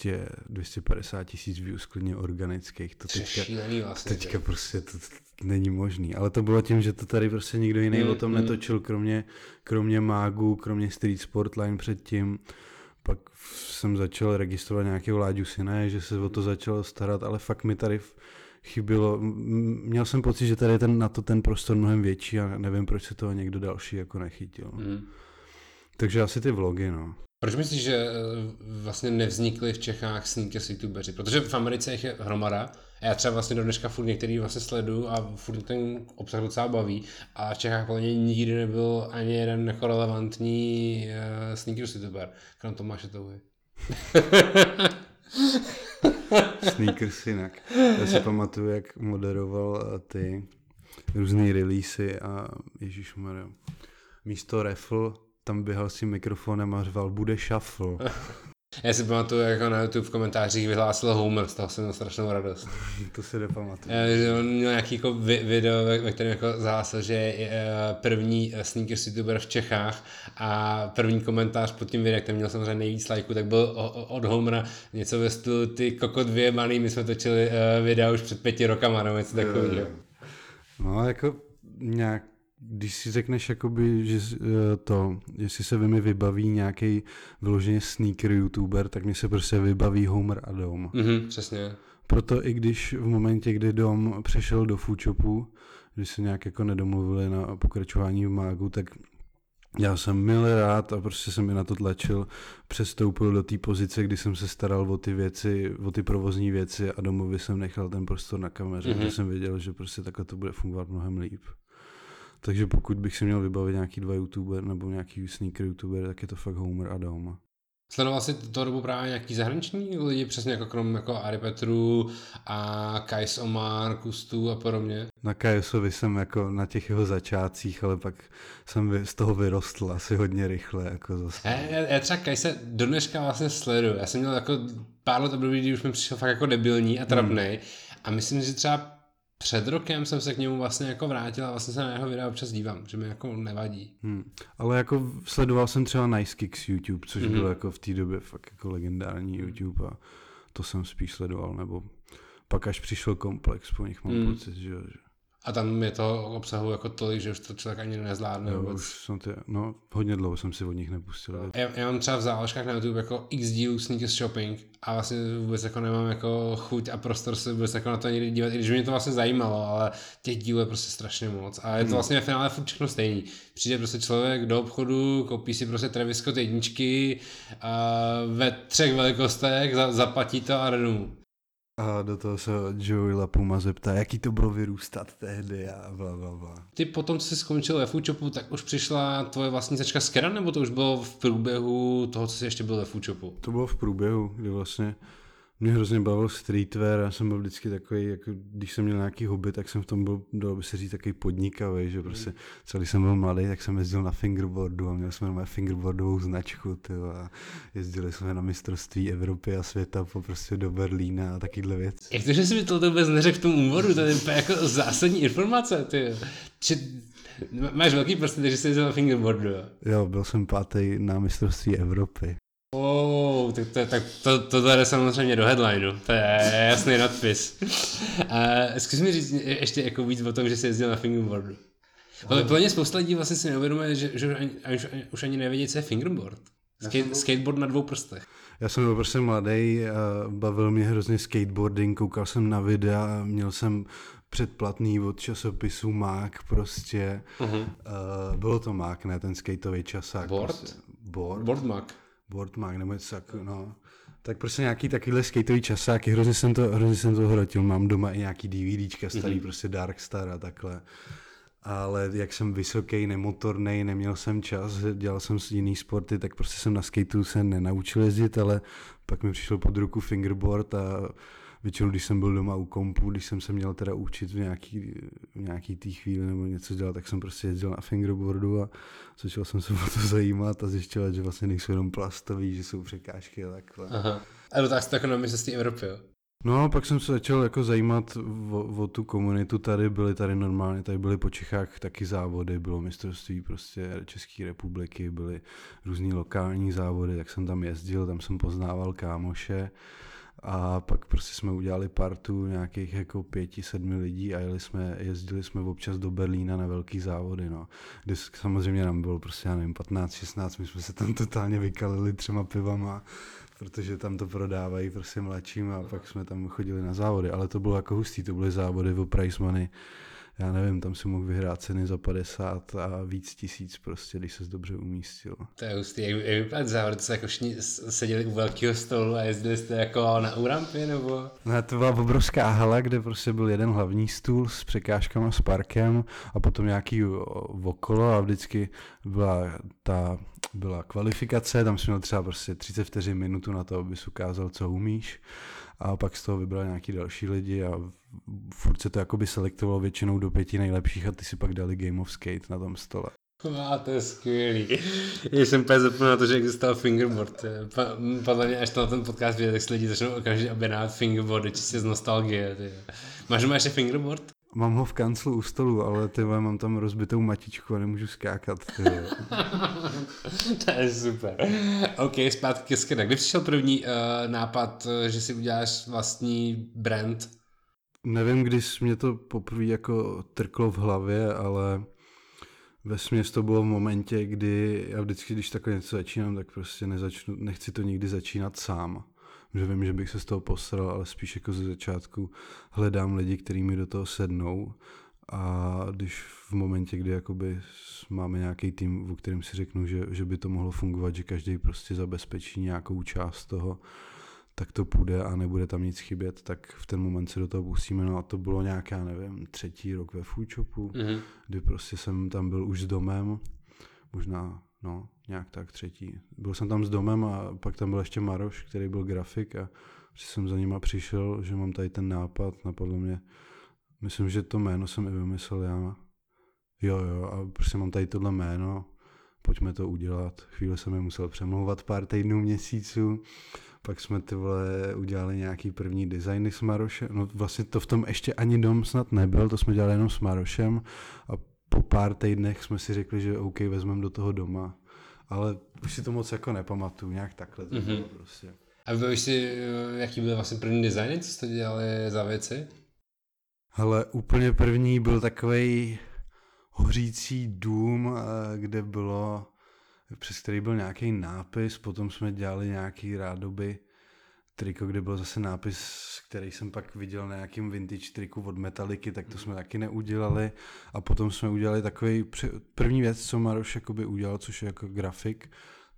S2: 250 tisíc views klidně organických. To teďka prostě to není možný. Ale to bylo tím, že to tady prostě nikdo jiný o tom netočil, kromě Mágu, kromě Street Sportline předtím. Pak jsem začal registrovat nějakého Láďu Syna, že se o to začalo starat, ale fakt mi tady chybilo. Měl jsem pocit, že tady je na to ten prostor mnohem větší a nevím, proč se toho někdo další jako nechytil. Takže asi ty vlogy, no.
S1: Proč myslíš, že vlastně nevznikly v Čechách sneakers youtubeři? Protože v Americe jich je hromada. Já třeba vlastně do dneška furt některý vlastně sleduju a furt ten obsah docela baví. A v Čechách podle mě nikdy nebyl ani jeden jako relevantní sneakers youtuber. Krom Tomáše Touhy.
S2: Sneakers jinak. Já si pamatuju, jak moderoval ty různý releasy a ježišmarja. Místo raffle tam běhal s tím mikrofonem a řval, bude shuffle.
S1: Já si pamatuju, jak na YouTube v komentářích vyhlásil Homer, z toho jsem měl strašnou radost.
S2: To si nepamatuju.
S1: On měl nějaký jako video, ve kterém jako zahlásil, že je první sneakers youtuber v Čechách a první komentář pod tím videem, který měl samozřejmě nejvíc lajků, tak byl od Homera něco ve stylu ty kokot vyjebaný, my jsme točili videa už před 5 rokama, nebo něco takového.
S2: No jako nějak když si řekneš, jakoby, že jestli se mi vybaví nějaký vyloženě sneaker youtuber, tak mi se prostě vybaví Homer a Dom.
S1: Přesně.
S2: Proto i když v momentě, kdy Dom přešel do Foodshopu, když se nějak jako nedomluvili na pokračování v Mágu, tak já jsem milý rád a prostě jsem mi na to tlačil, přestoupil do té pozice, kdy jsem se staral o ty věci, o ty provozní věci a Domovi jsem nechal ten prostor na kameře, protože jsem věděl, že prostě takhle to bude fungovat mnohem líp. Takže pokud bych si měl vybavit nějaký 2 youtuber nebo nějaký sneaker youtuber, tak je to fakt Homer a Dom.
S1: Sledoval jsi toho dobu právě nějaký zahraniční lidi, přesně jako krom jako Ari Petru a Kais Omar, Kustu a podobně?
S2: Na Kaisovi jsem jako na těch jeho začátcích, ale pak jsem z toho vyrostl asi hodně rychle. Jako zase.
S1: Já třeba Kaise do dneška vlastně sleduju. Já jsem měl jako pár let období, kdy už mi přišel fakt jako debilní a trapnej a myslím, že třeba před rokem jsem se k němu vlastně jako vrátil a vlastně se na jeho videa občas dívám, že mi jako nevadí.
S2: Ale jako sledoval jsem třeba Nice Kicks YouTube, což bylo jako v té době fakt jako legendární YouTube a to jsem spíš sledoval, nebo pak až přišel Komplex, po nich mám pocit, že...
S1: A tam je toho obsahu jako tolik, že už to člověk ani nezvládne.
S2: Hodně dlouho jsem si od nich nepustil.
S1: Já mám třeba v záložkách na YouTube jako x dílů Sneakers Shopping a vlastně vůbec jako nemám jako chuť a prostor se vůbec jako na to někdy dívat, i když mě to vlastně zajímalo, ale těch dílů je prostě strašně moc. A je to vlastně ve finále furt všechno stejný. Přijde prostě člověk do obchodu, koupí si prostě Travis Scott jedničky ve 3 velikostech, zaplatí to a jde domů.
S2: A do toho se Joey Lapuma zeptá, jaký to bylo vyrůstat tehdy a blablabla.
S1: Ty potom, co jsi skončil ve Foodshopu, tak už přišla tvoje vlastní značka Skera, nebo to už bylo v průběhu toho, co jsi ještě byl ve Foodshopu?
S2: To bylo v průběhu, kdy vlastně mě hrozně bavil streetwear, já jsem byl vždycky takový, jako když jsem měl nějaký hobby, tak jsem v tom byl, dalo by se říct, takový podnikavý, že prostě celý jsem byl mladý, tak jsem jezdil na fingerboardu a měl jsme mou fingerboardovou značku, tyjo, a jezdili jsme na mistrovství Evropy a světa prostě do Berlína a takovýhle věci.
S1: Jak to, že jsi mi to vůbec neřekl v tom úvodu, to je úplně jako zásadní informace, ty. Máš velký prostě, že jsi jezdil na fingerboardu, jo?
S2: Jo, byl jsem 5. na mistrovství Evropy.
S1: Tak to jde samozřejmě do headlineu, to je jasný nadpis. Zkus mi říct ještě jako víc o tom, že jsi jezdil na fingerboardu. Pro mě spousta lidí vlastně si neuvědomuje, že už ani nevědí, co je fingerboard. Skateboard na 2 prstech.
S2: Já jsem byl prostě mladý, bavil mě hrozně skateboarding, koukal jsem na videa, měl jsem předplatný od časopisu Mák prostě. Bylo to Mák, ne ten skateový časák.
S1: Board?
S2: Prostě. Board Mák, nebo něco tak, no. Tak prostě nějaký takovýhle skateový časáky, hrozně jsem to hrotil, mám doma i nějaký DVDčka starý, prostě Darkstar a takhle. Ale jak jsem vysoký, nemotornej, neměl jsem čas, dělal jsem jiný sporty, tak prostě jsem na skateu se nenaučil jezdit, ale pak mi přišel pod ruku fingerboard a většinou, když jsem byl doma u kompu, když jsem se měl teda učit v nějaký té chvíli nebo něco dělat, tak jsem prostě jezdil na fingerboardu a začal jsem se o to zajímat a zjišťovat, že vlastně nejsou jenom plastový, že jsou překážky a takhle.
S1: Aha. Ale tak jsi to jako na mistrovství Evropy, jo?
S2: No, pak jsem se začal jako zajímat o tu komunitu, tady byly po Čechách taky závody, bylo mistrovství prostě České republiky, byly různý lokální závody, tak jsem tam jezdil, tam jsem poznával kámoše a pak prostě jsme udělali partu nějakých jako 5-7 lidí a jezdili jsme občas do Berlína na velký závody, no. Kde samozřejmě nám bylo prostě, já nevím, 15-16, my jsme se tam totálně vykalili 3 pivama, protože tam to prodávají prostě mladším a pak jsme tam chodili na závody, ale to bylo jako hustý, to byly závody o prize money, já nevím, tam si mohl vyhrát ceny za 50 a víc tisíc prostě, když ses dobře umístil.
S1: To je hustý, jak vypadá závody, co jako všichni seděli u velkého stolu a jezdili jste jako na úrampě, nebo?
S2: No, to byla obrovská hala, kde prostě byl jeden hlavní stůl s překážkama, s parkem a potom nějaký okolo a vždycky byla kvalifikace, tam jsi měl třeba prostě 30 vteřin minutu na to, abys ukázal, co umíš a pak z toho vybral nějaký další lidi a furt se to jakoby selektovalo většinou do 5 nejlepších a ty si pak dali Game of Skate na tom stole.
S1: A to je skvělý. Já jsem úplně zapomněl na to, že existoval fingerboard. Podle mě, až na ten podcast vyjde, tak si lidi začnou okamžitě objednávat fingerboardy, čistě z nostalgie. Máš ještě fingerboard?
S2: Mám ho v kanclu u stolu, ale mám tam rozbitou matičku a nemůžu skákat.
S1: To je super. OK, zpátky ke Skera. Kdy přišel první nápad, že si uděláš vlastní brand?
S2: Nevím, když mě to poprvé jako trklo v hlavě, ale vesměs to bylo v momentě, kdy já vždycky, když takhle něco začínám, tak prostě nechci to nikdy začínat sám. Že vím, že bych se z toho posral, ale spíš jako ze začátku hledám lidi, kteří mi do toho sednou a když v momentě, kdy jakoby máme nějaký tým, o kterém si řeknu, že by to mohlo fungovat, že každý prostě zabezpečí nějakou část toho, tak to půjde a nebude tam nic chybět, tak v ten moment se do toho pustíme. No a to bylo nějaká, nevím, 3. rok ve Foodshopu, kdy prostě jsem tam byl už s domem, možná, no, nějak tak 3. Byl jsem tam s domem a pak tam byl ještě Maroš, který byl grafik a jsem za nima přišel, že mám tady ten nápad, napadlo mě, myslím, že to jméno jsem i vymyslel já. Jo, a prostě mám tady tohle jméno, pojďme to udělat. Chvíli jsem je musel přemlouvat, pár týdnů, měsíců. Pak jsme udělali nějaký první designy s Marošem. No vlastně to v tom ještě ani dom snad nebyl, to jsme dělali jenom s Marošem a po pár týdnech jsme si řekli, že OK, vezmeme do toho doma. Ale už si to moc jako nepamatuju, nějak takhle to bylo prostě.
S1: A víš si, jaký byly vlastně první designy, co jste dělali za věci?
S2: Hele, úplně první byl takovej hořící dům, kde bylo, přes který byl nějaký nápis, potom jsme dělali nějaký rádoby triko, kde byl zase nápis, který jsem pak viděl na nějakým vintage triku od Metalliky, tak to jsme taky neudělali a potom jsme udělali takový první věc, co Maroš jakoby udělal, což je jako grafik,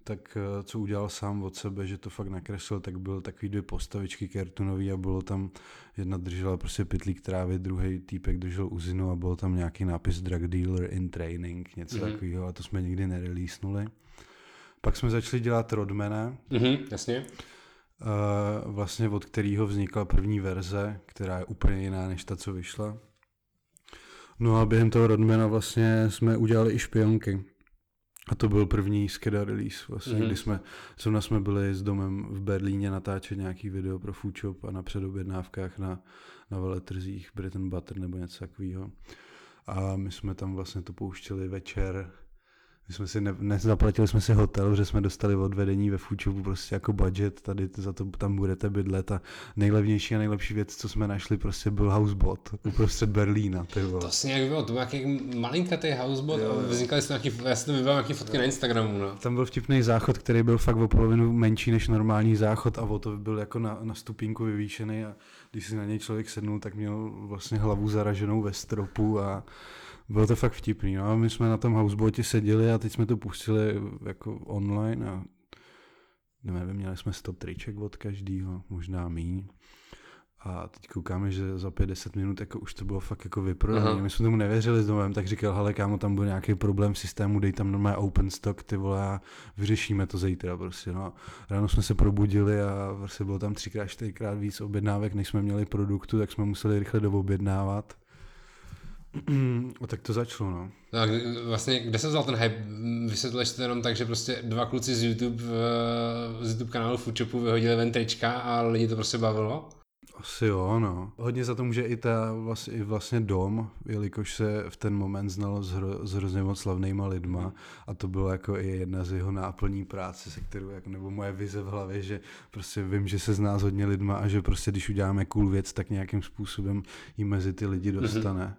S2: tak co udělal sám od sebe, že to fakt nakreslil, tak byl takový 2 postavičky kartonový a bylo tam, jedna držela prostě pytlík trávy, druhý týpek držel uzinu a byl tam nějaký nápis drug dealer in training, něco takového, a to jsme nikdy nereleasenuli. Pak jsme začali dělat Rodmana.
S1: Jasně.
S2: Vlastně od kterého vznikla první verze, která je úplně jiná než ta, co vyšla. No a během toho Rodmana vlastně jsme udělali i Špionky. A to byl první Skeda release, vlastně, kdy jsme byli s Domem v Berlíně natáčet nějaký video pro Foodshop a na předobjednávkách na veletrzích Bread and Butter nebo něco takového. A my jsme tam vlastně to pouštěli večer. My jsme si nezaplatili jsme si hotel, že jsme dostali odvedení ve Foodshopu prostě jako budget, tady za to tam budete bydlet a nejlevnější a nejlepší věc, co jsme našli, prostě byl houseboat uprostřed Berlína.
S1: To asi nějak bylo, to byl nějaký malinkatý houseboat a vznikaly se nějaký, já si to vybavím nějaký fotky na Instagramu. No.
S2: Tam byl vtipný záchod, který byl fakt o polovinu menší než normální záchod a o to byl jako na stupínku vyvýšený a když si na něj člověk sednul, tak měl vlastně hlavu zaraženou ve stropu a bylo to fakt vtipný, no a my jsme na tom houseboatě seděli a teď jsme to pustili jako online a nevím, měli jsme 100 triček od každýho, možná míň. A teď koukáme, že za 5-10 minut jako už to bylo fakt jako vyprodané. My jsme tomu nevěřili s Domem, tak říkal, hele kámo, tam byl nějaký problém v systému, dej tam normálně open stock, ty vole, a vyřešíme to zítra prostě, no. Ráno jsme se probudili a prostě bylo tam 3x, 4x víc objednávek, než jsme měli produktu, tak jsme museli rychle doobjednávat. A tak to začalo, no.
S1: Tak vlastně, kde se vzal ten hype? Vysvětluješ to jenom tak, že prostě 2 kluci z YouTube kanálu Foodshopu vyhodili ven trička a lidi to prostě bavilo?
S2: Asi jo, no. Hodně za to může i vlastně Dom, jelikož se v ten moment znalo s hrozně moc slavnýma lidma a to bylo jako i jedna z jeho náplní práce, se kterou, jako, nebo moje vize v hlavě, že prostě vím, že se zná s hodně lidma a že prostě když uděláme cool věc, tak nějakým způsobem ji mezi ty lidi dostane.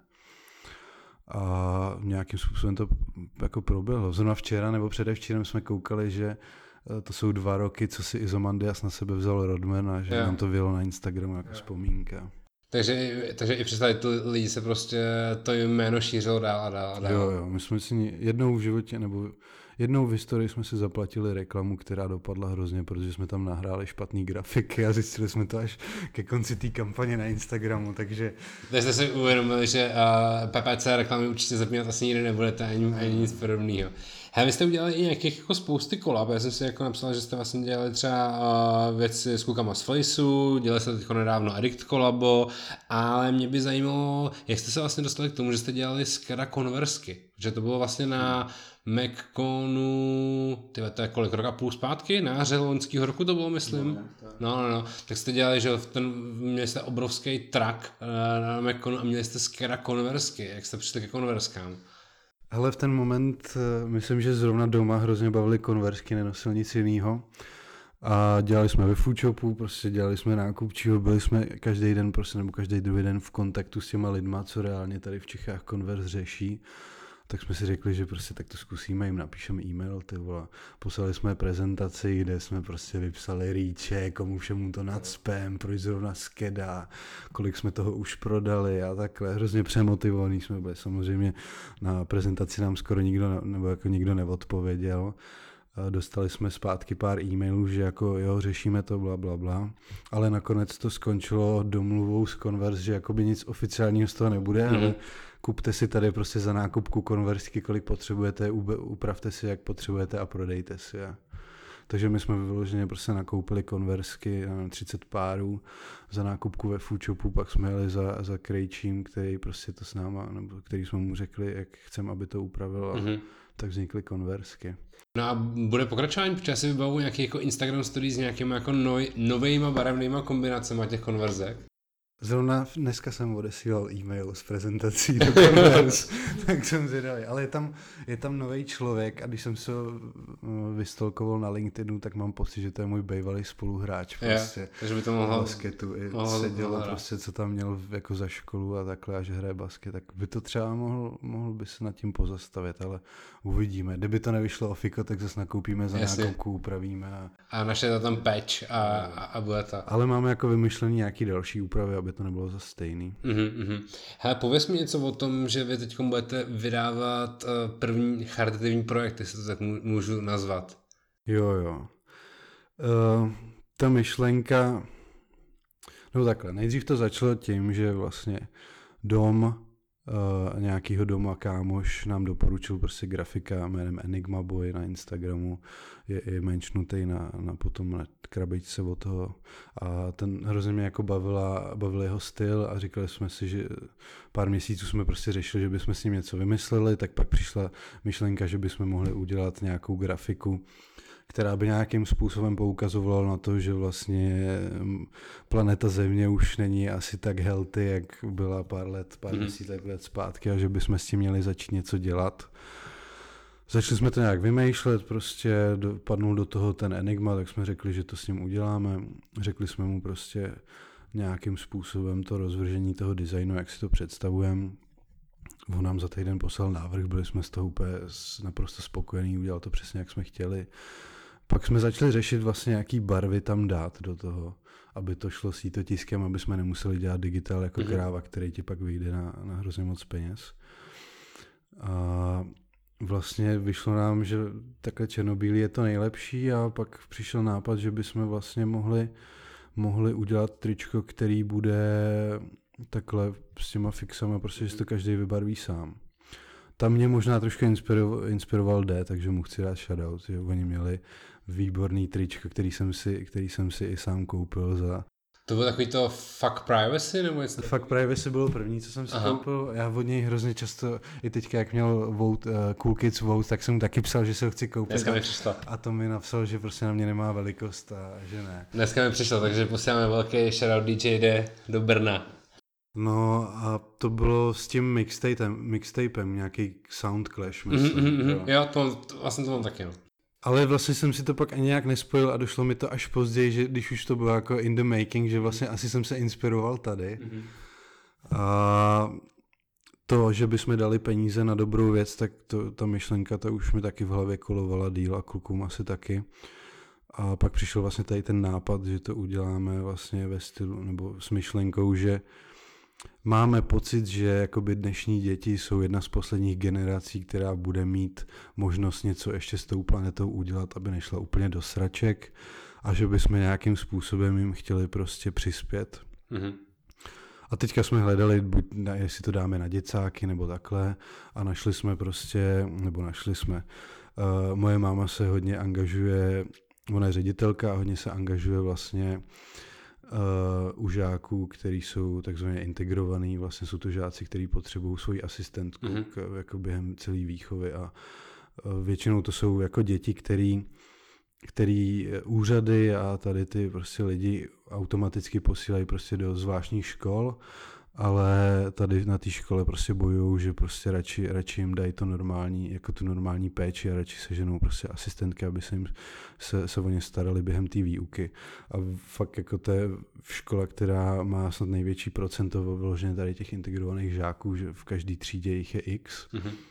S2: A nějakým způsobem to jako proběhlo. Zrovna včera nebo předevčírem jsme koukali, že to jsou 2 roky, co si Izomandias na sebe vzal Rodman a že nám to vyjelo na Instagramu jako vzpomínka.
S1: Takže i přes ty lidi se prostě to jméno šířilo dál a dál.
S2: Jo, my jsme si jednou v životě, nebo jednou v historii jsme si zaplatili reklamu, která dopadla hrozně, protože jsme tam nahráli špatný grafiky a zjistili jsme to až ke konci té kampaně na Instagramu, takže...
S1: Takže jste si uvědomili, že PPC reklamy určitě zapínat asi nikdy nebudete, ani nic podobného. Vy jste udělali i nějakých jako spousty kolab, já jsem si jako napsal, že jste vlastně dělali třeba věci s klukama z Faceu, dělali jste teď nedávno Addict kolabo, ale mě by zajímalo, jak jste se vlastně dostali k tomu, že jste dělali skra konversky, že to bylo vlastně na MacConu, to je kolik, roka půl zpátky, na jaře loňského roku to bylo, myslím. No. Tak jste dělali, že měli jste obrovský track na MacConu a měli jste skra konversky, jak jste přišli ke konverskám?
S2: Hele, v ten moment, myslím, že zrovna doma hrozně bavili konversky, nenosil nic jinýho. A dělali jsme ve Foodshopu, prostě dělali jsme nákupčího, byli jsme každý den prostě, nebo každý druhý den v kontaktu s těma lidma, co reálně tady v Čechách konvers řeší. Tak jsme si řekli, že prostě tak to zkusíme, jim napíšeme e-mail, ty vole. Poslali jsme prezentaci, kde jsme prostě vypsali rýče, komu všemu to nacpem, proč zrovna Skeda, kolik jsme toho už prodali a takhle. Hrozně přemotivovaný jsme byli. Samozřejmě na prezentaci nám skoro nikdo neodpověděl. Dostali jsme zpátky pár e-mailů, že jako jo, řešíme to, bla, ale nakonec to skončilo domluvou s Converse, že jakoby nic oficiálního z toho nebude, ale kupte si tady prostě za nákupku konversky, kolik potřebujete, upravte si, jak potřebujete a prodejte si. Takže my jsme vyloženě prostě nakoupili konversky, 30 párů za nákupku ve Foodshopu, pak jsme jeli za Krejčím, který prostě to s náma, nebo který jsme mu řekli, jak chceme, aby to upravil a tak vznikly konversky.
S1: No a bude pokračování, protože já si vybavuji nějaký jako Instagram stories s nějakýma jako novejma barevnýma kombinacemi těch konverzek.
S2: Zrovna dneska jsem odesílal e-mail s prezentací do Converse, tak jsem zvědavý. Ale je tam nový člověk a když jsem se vystolkoval na LinkedInu, tak mám pocit, že to je můj bývalý spoluhráč. Prostě.
S1: Takže by to mohlo...
S2: basketu. Sedělo prostě, co tam měl jako za školu a takhle a že hraje basket. Tak by to třeba mohl by se nad tím pozastavit, ale uvidíme. Kdyby to nevyšlo ofiko, tak zase nakoupíme za nákupku, upravíme.
S1: A našli tam patch a bude to.
S2: Ale máme jako vymyšlený nějaký další úpravy, aby to nebylo zase stejný.
S1: Hele, pověz mi něco o tom, že vy teď budete vydávat první charitativní projekt, jestli to tak můžu nazvat.
S2: Jo. Ta myšlenka, no takhle, nejdřív to začalo tím, že vlastně nějakýho doma kámoš nám doporučil prostě grafika jménem Enigma Boy na Instagramu, je menšnutej na potom na krabičce od toho a ten hrozně mě jako bavil jeho styl a říkali jsme si, že pár měsíců jsme prostě řešili, že bychom s ním něco vymysleli, tak pak přišla myšlenka, že bychom mohli udělat nějakou grafiku, která by nějakým způsobem poukazovala na to, že vlastně planeta Země už není asi tak healthy, jak byla pár desítek let zpátky a že bychom s tím měli začít něco dělat. Začali jsme to nějak vymýšlet, prostě padnul do toho ten Enigma, tak jsme řekli, že to s ním uděláme. Řekli jsme mu prostě nějakým způsobem to rozvržení toho designu, jak si to představujeme. On nám za týden poslal návrh, byli jsme z toho úplně naprosto spokojení, udělal to přesně, jak jsme chtěli. Pak jsme začali řešit vlastně, jaký barvy tam dát do toho, aby to šlo sítotiskem, aby jsme nemuseli dělat digitál jako kráva, který ti pak vyjde na hrozně moc peněz. A vlastně vyšlo nám, že takhle černobílý je to nejlepší a pak přišel nápad, že bychom vlastně mohli udělat tričko, který bude takhle s těma fixama, prostě, že si to každý vybarví sám. Tam mě možná trošku inspiroval D, takže mu chci dát shoutout, že oni měli výborný tričko, který jsem si i sám koupil za...
S1: To bylo takový to Fuck Privacy nebo něco?
S2: Fuck Privacy bylo první, co jsem si koupil. Já od něj hrozně často, i teďka jak měl Cool Kids Vote, tak jsem mu taky psal, že se ho chci koupit.
S1: Dneska mi přišlo.
S2: A to mi napsal, že prostě na mě nemá velikost a že ne.
S1: Dneska mi přišlo, takže posíláme velký shoutout DJ D do Brna.
S2: No a to bylo s tím mixtapem nějaký Sound Clash, myslím.
S1: Jo, vlastně to mám taky, no.
S2: Ale vlastně jsem si to pak ani nějak nespojil a došlo mi to až později, že když už to bylo jako in the making, že vlastně asi jsem se inspiroval tady. A to, že bychom dali peníze na dobrou věc, tak ta myšlenka, ta už mi taky v hlavě kolovala díl a klukům asi taky. A pak přišel vlastně tady ten nápad, že to uděláme vlastně ve stylu, nebo s myšlenkou, že máme pocit, že jakoby dnešní děti jsou jedna z posledních generací, která bude mít možnost něco ještě s tou planetou udělat, aby nešla úplně do sraček a že bychom nějakým způsobem jim chtěli prostě přispět. A teďka jsme hledali, jestli to dáme na děcáky nebo takhle a našli jsme. Moje máma se hodně angažuje, ona je ředitelka a hodně se angažuje vlastně u žáků, který jsou takzvaně integrovaný, vlastně jsou to žáci, kteří potřebují svoji asistentku jako během celé výchovy a většinou to jsou jako děti, který úřady a tady ty prostě lidi automaticky posílají prostě do zvláštních škol, ale tady na té škole prostě bojujou, že prostě radši jim dají to normální, jako tu normální péči a radši seženou prostě asistentky, aby se o ně starali během té výuky. A fakt jako to je škola, která má snad největší procento vyloženě tady těch integrovaných žáků, že v každé třídě jich je X.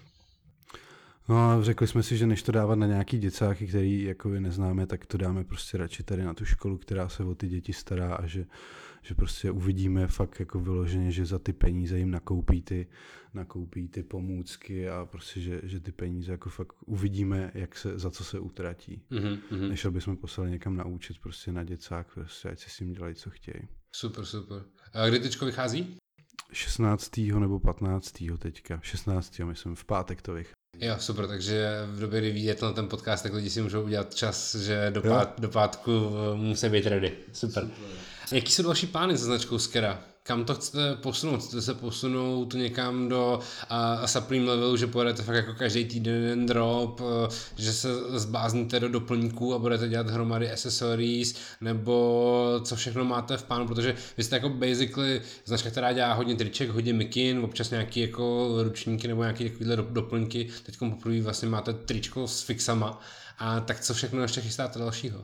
S2: No a řekli jsme si, že než to dávat na nějaký děcáky, který jako neznáme, tak to dáme prostě radši tady na tu školu, která se o ty děti stará a že prostě uvidíme fakt jako vyloženě, že za ty peníze jim nakoupí ty pomůcky a prostě, že ty peníze jako fakt uvidíme, za co se utratí. Než abychom poslali někam naučit prostě na děcák, prostě ať si s tím dělají, co chtějí.
S1: Super. A kdy teďko vychází?
S2: 16. nebo 15. teďka. 16. myslím, v pátek to vychází.
S1: Jo, super, takže v době, kdy vyjde ten podcast, tak lidi si můžou udělat čas, že do pátku musí být ready. Super. Jaký jsou další plány se značkou Skera? Kam to chcete posunout? Chcete se posunout někam do Supreme levelu, že pojedete fakt jako každý týden drop, že se zblázníte do doplňků a budete dělat hromady accessories, nebo co všechno máte v plánu, protože vy jste jako basically značka, která dělá hodně triček, hodně mikin, občas nějaký jako ručníky nebo nějaké takovéhle doplňky. Teď poprvé vlastně máte tričko s fixama. A tak co všechno ještě chystáte dalšího?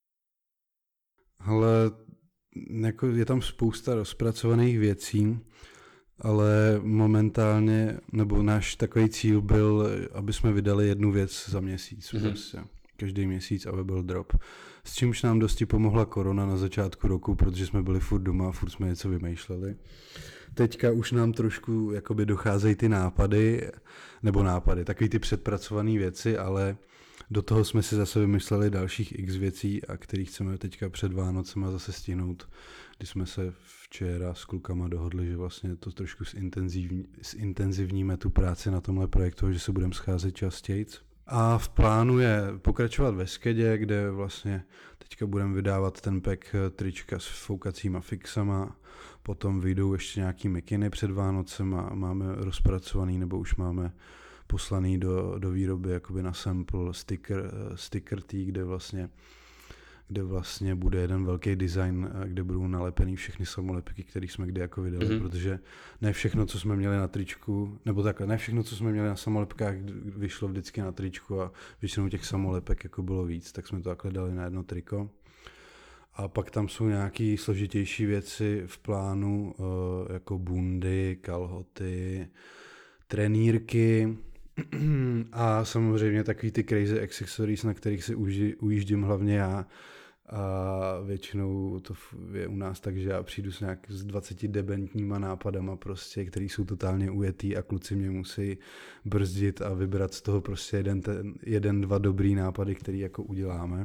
S2: Ale jako je tam spousta rozpracovaných věcí, ale momentálně, nebo náš takový cíl byl, aby jsme vydali jednu věc za měsíc. Prostě. Každý měsíc, aby byl drop. S čímž nám dosti pomohla korona na začátku roku, protože jsme byli furt doma, furt jsme něco vymýšleli. Teďka už nám trošku jakoby docházejí ty nápady, takový ty předpracované věci, ale do toho jsme si zase vymysleli dalších x věcí, a který chceme teďka před Vánocema zase stihnout, kdy jsme se včera s klukama dohodli, že vlastně to trošku zintenzivníme tu práci na tomhle projektu, že se budeme scházet častějc. A v plánu je pokračovat ve skedě, kde vlastně teďka budeme vydávat ten pack trička s foukacíma fixama, potom vyjdou ještě nějaký mikiny před Vánocem a máme rozpracovaný, nebo už máme poslaný do výroby jakoby na sample sticker tee, kde vlastně bude jeden velký design, kde budou nalepený všechny samolepky, které jsme kdy jako vydali, protože ne všechno, co jsme měli na tričku, nebo takhle, ne všechno, co jsme měli na samolepkách, vyšlo vždycky na tričku a většinou těch samolepek jako bylo víc, tak jsme to takhle dali na jedno triko. A pak tam jsou nějaké složitější věci v plánu, jako bundy, kalhoty, trenýrky a samozřejmě takový ty crazy accessories, na kterých si ujíždím hlavně já. A většinou to je u nás tak, že já přijdu s 20 debentníma nápadama prostě, který jsou totálně ujetý a kluci mě musí brzdit a vybrat z toho prostě dva dobrý nápady, který jako uděláme.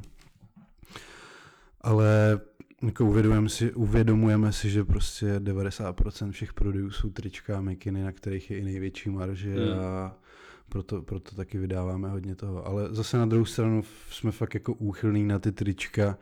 S2: Ale jako uvědomujeme si, že prostě 90% všech prodejů jsou trička a mikiny, na kterých je i největší marže a proto taky vydáváme hodně toho. Ale zase na druhou stranu jsme fakt jako úchylný na ty trička,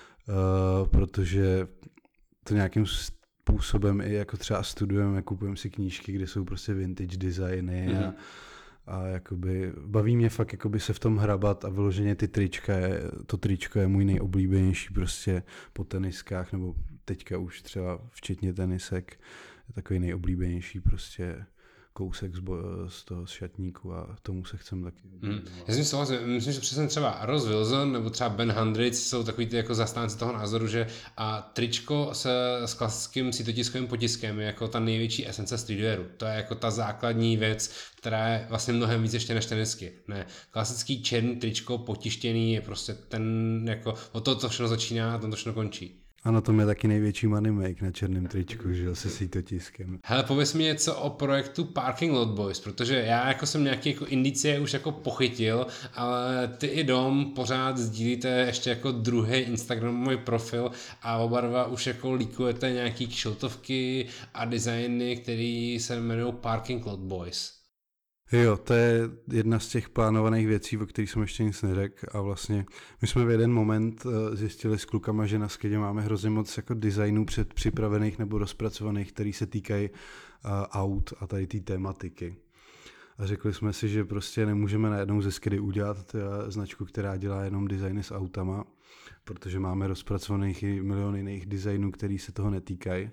S2: protože to nějakým způsobem i jako třeba studujeme, kupujeme si knížky, kde jsou prostě vintage designy a jakoby baví mě fakt jakoby se v tom hrabat a vyloženě to tričko je můj nejoblíbenější prostě po teniskách, nebo teďka už třeba včetně tenisek, je takový nejoblíbenější prostě kousek z toho šatníku a tomu se chcem taky.
S1: Já si myslím, že přesně třeba Ross Wilson nebo třeba Ben Hundreds jsou takový ty jako zastánci toho názoru, že a tričko s klasickým sítotiskovým potiskem je jako ta největší esence streetwearu. To je jako ta základní věc, která je vlastně mnohem víc ještě než tenisky. Ne, klasický černý tričko potištěný je prostě ten jako o to všechno začíná a tam to všechno končí.
S2: A na tom je taky největší money make na černém tričku, že se sítotiskem.
S1: Hele, pověz mi něco o projektu Parking Lot Boys, protože já jako jsem nějaký jako indicie už jako pochytil, ale ty i Dom pořád sdílíte ještě jako druhý Instagramový profil a oba dva už jako líkujete nějaký kšiltovky a designy, který se jmenují Parking Lot Boys.
S2: Jo, to je jedna z těch plánovaných věcí, o kterých jsem ještě nic neřekl a vlastně my jsme v jeden moment zjistili s klukama, že na skedě máme hrozně moc jako designů předpřipravených nebo rozpracovaných, který se týkají aut a tady té tématiky. A řekli jsme si, že prostě nemůžeme najednou ze skedy udělat značku, která dělá jenom designy s autama, protože máme rozpracovaných i miliony jiných designů, který se toho netýkají.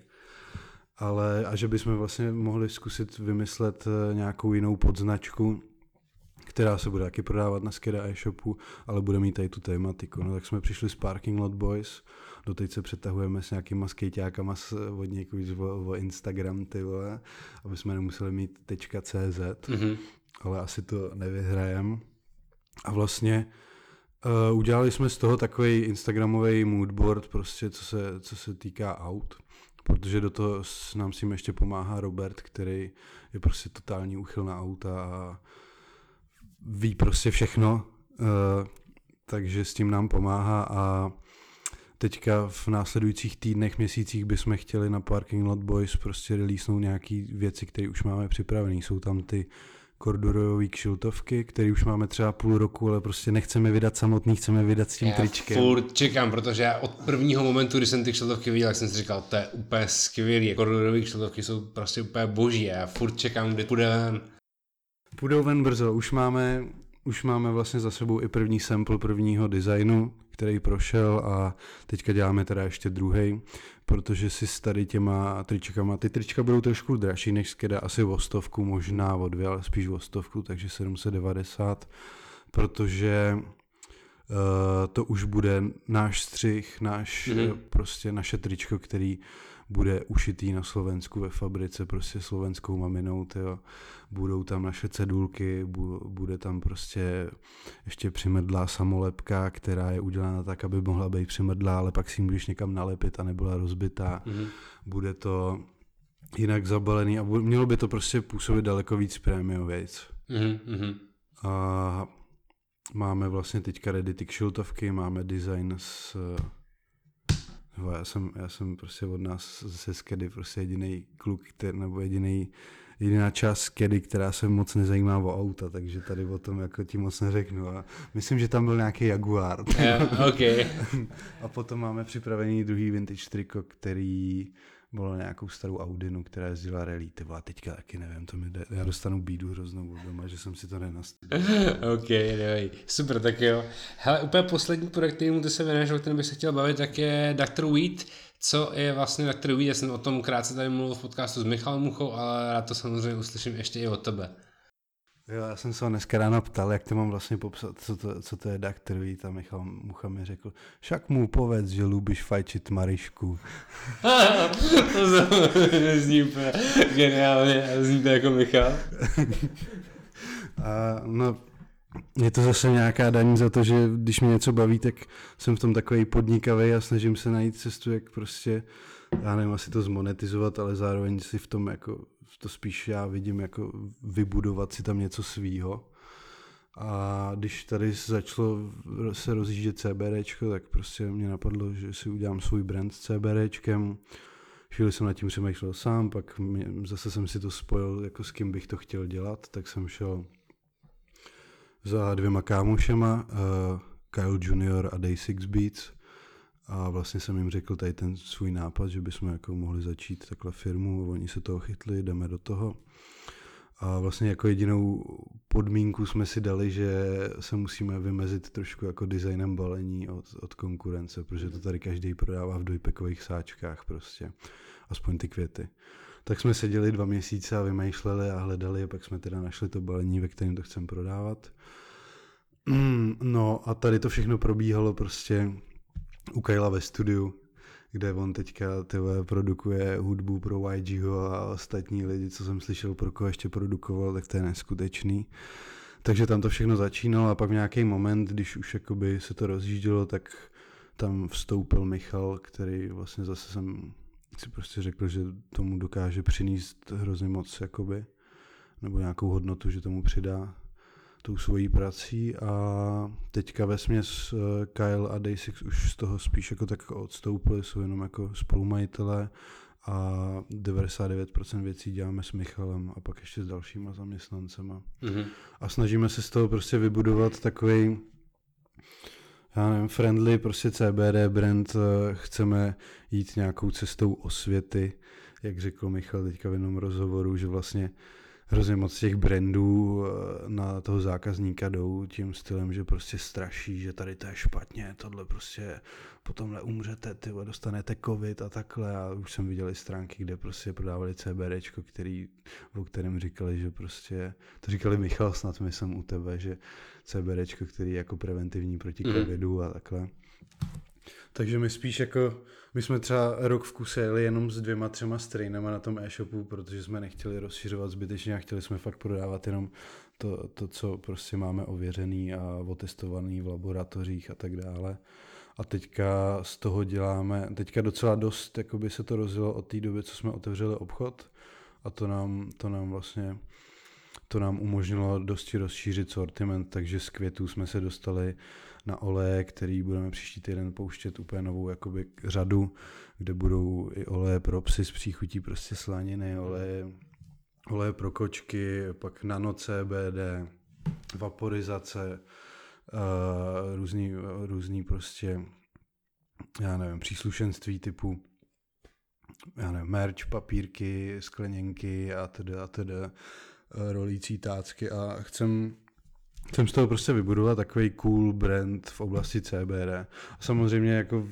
S2: A že bychom vlastně mohli zkusit vymyslet nějakou jinou podznačku, která se bude taky prodávat na Skeda e-shopu, ale bude mít tady tu tématiku. No tak jsme přišli s Parking Lot Boys, doteď se přetahujeme s nějakýma skejťákama od někud o Instagram, ty vole, aby jsme nemuseli mít .cz, ale asi to nevyhrajem. A vlastně udělali jsme z toho takový instagramový moodboard, prostě co se týká aut. Protože do toho nám s tím ještě pomáhá Robert, který je prostě totální úchyl na auta a ví prostě všechno, takže s tím nám pomáhá a teďka v následujících týdnech, měsících bychom chtěli na Parking Lot Boys prostě releasenout nějaký věci, které už máme připravené. Jsou tam ty kordurojový kšiltovky, který už máme třeba půl roku, ale prostě nechceme vydat samotný, chceme vydat s tím tričkem.
S1: Já furt čekám, protože já od prvního momentu, kdy jsem ty kšiltovky viděl, tak jsem si říkal, to je úplně skvělý, kordurový kšiltovky jsou prostě úplně boží a já furt čekám, kdy půjde ven.
S2: Půjdou ven brzo, už máme vlastně za sebou i první sample prvního designu, který prošel a teďka děláme teda ještě druhej, protože si s tady těma tričkama, ty trička budou trošku dražší než Skeda, asi o 100, možná o 2, ale spíš o 100, takže 790, protože to už bude náš střih, prostě naše tričko, který bude ušitý na Slovensku ve fabrice, prostě slovenskou maminou, tyjo. Budou tam naše cedulky, bude tam prostě ještě přimrdlá samolepka, která je udělána tak, aby mohla být přimrdlá, ale pak si ji můžeš někam nalepit a nebyla rozbitá. Bude to jinak zabalený a mělo by to prostě působit daleko víc prémiovějc. A máme vlastně teďka ready ty kšiltovky, máme design já jsem prostě od nás ze Skedy prostě jediný kluk, nebo jediná část Skedy, která se moc nezajímá o auta, takže tady o tom jako ti moc neřeknu. A myslím, že tam byl nějaký Jaguar.
S1: Okay.
S2: A potom máme připravený druhý vintage triko, který bylo nějakou starou Audinu, která jezdila rally. A teďka taky nevím, to mi jde. Já dostanu bídu hroznou doma, že jsem si to nenastavil.
S1: OK, nevej. Super, tak jo. Hele, úplně poslední projekt, kterému ty se věnuješ, o kterém bych se chtěl bavit, tak je Dr. Weed. Co je vlastně Dr. Weed? Já jsem o tom krátce tady mluvil v podcastu s Michalem Muchou, ale rád to samozřejmě uslyším ještě i od tebe.
S2: Jo, já jsem se ho dneska ráno ptal, jak to mám vlastně popsat, co to je Dr. Weed, a Michal Mucha mi řekl, však mu povedz, že lubíš fajčit Marišku.
S1: To zní úplně geniálně, zní to jako Michal.
S2: No, je to zase nějaká daň za to, že když mě něco baví, tak jsem v tom takový podnikavý a snažím se najít cestu, jak prostě, já nevím, asi to zmonetizovat, ale zároveň si v tom jako, to spíš já vidím jako vybudovat si tam něco svýho. A když tady začalo se rozjíždět CBDčko, tak prostě mě napadlo, že si udělám svůj brand s CBDčkem. Chvíli jsem nad tím přemýšlel sám, pak zase jsem si to spojil, jako s kým bych to chtěl dělat, tak jsem šel za 2 kámošema, Kyle Junior a Day6 Beats, a vlastně jsem jim řekl tady ten svůj nápad, že bychom jako mohli začít takhle firmu, oni se toho chytli, jdeme do toho. A vlastně jako jedinou podmínku jsme si dali, že se musíme vymezit trošku jako designem balení od konkurence, protože to tady každý prodává v dvojpekových sáčkách prostě, aspoň ty květy. Tak jsme seděli 2 měsíce a vymýšleli a hledali, a pak jsme teda našli to balení, ve kterém to chceme prodávat. No a tady to všechno probíhalo prostě u Kyla ve studiu, kde on teďka produkuje hudbu pro YGho a ostatní lidi, co jsem slyšel, pro koho ještě produkoval, tak to je neskutečný. Takže tam to všechno začínalo a pak v nějaký moment, když už jakoby se to rozjíždělo, tak tam vstoupil Michal, který vlastně zase jsem si prostě řekl, že tomu dokáže přinést hrozně moc jakoby, nebo nějakou hodnotu, že tomu přidá tou svojí prací, a teďka vesměs Kyle a Day6 už z toho spíš jako tak odstoupili, jsou jenom jako spolumajitelé a 99% věcí děláme s Michalem a pak ještě s dalšíma zaměstnancema. Mm-hmm. A snažíme se z toho prostě vybudovat takovej, já nevím, friendly prostě CBD brand, chceme jít nějakou cestou osvěty, jak řekl Michal teďka v jednom rozhovoru, že vlastně hrozně moc těch brandů na toho zákazníka jdou tím stylem, že prostě straší, že tady to je špatně, tohle prostě potomhle umřete, dostanete covid a takhle. A už jsem viděl stránky, kde prostě prodávali CBDčko, o kterém říkali, že prostě, to říkali Michal snad, myslím u tebe, že CBDčko, který je jako preventivní proti covidu a takhle. Takže my jsme třeba rok v kuse jeli jenom s 2-3 strainama na tom e-shopu, protože jsme nechtěli rozšiřovat zbytečně a chtěli jsme fakt prodávat jenom to, co prostě máme ověřený a otestovaný v laboratořích a tak dále. A teďka z toho děláme, teďka docela dost jakoby se to rozjelo od té doby, co jsme otevřeli obchod, a to nám umožnilo dosti rozšířit sortiment, takže z květů jsme se dostali na oleje, který budeme příští týden pouštět úplně novou jakoby řadu, kde budou i oleje pro psy s příchutí prostě slaniny, oleje pro kočky, pak nano CBD, vaporizace, různý prostě, já nevím, příslušenství typu, já nevím, merch, papírky, skleněnky a tedy, rolící tácky, a chcem z toho prostě vybudovat takový cool brand v oblasti CBD. A samozřejmě jako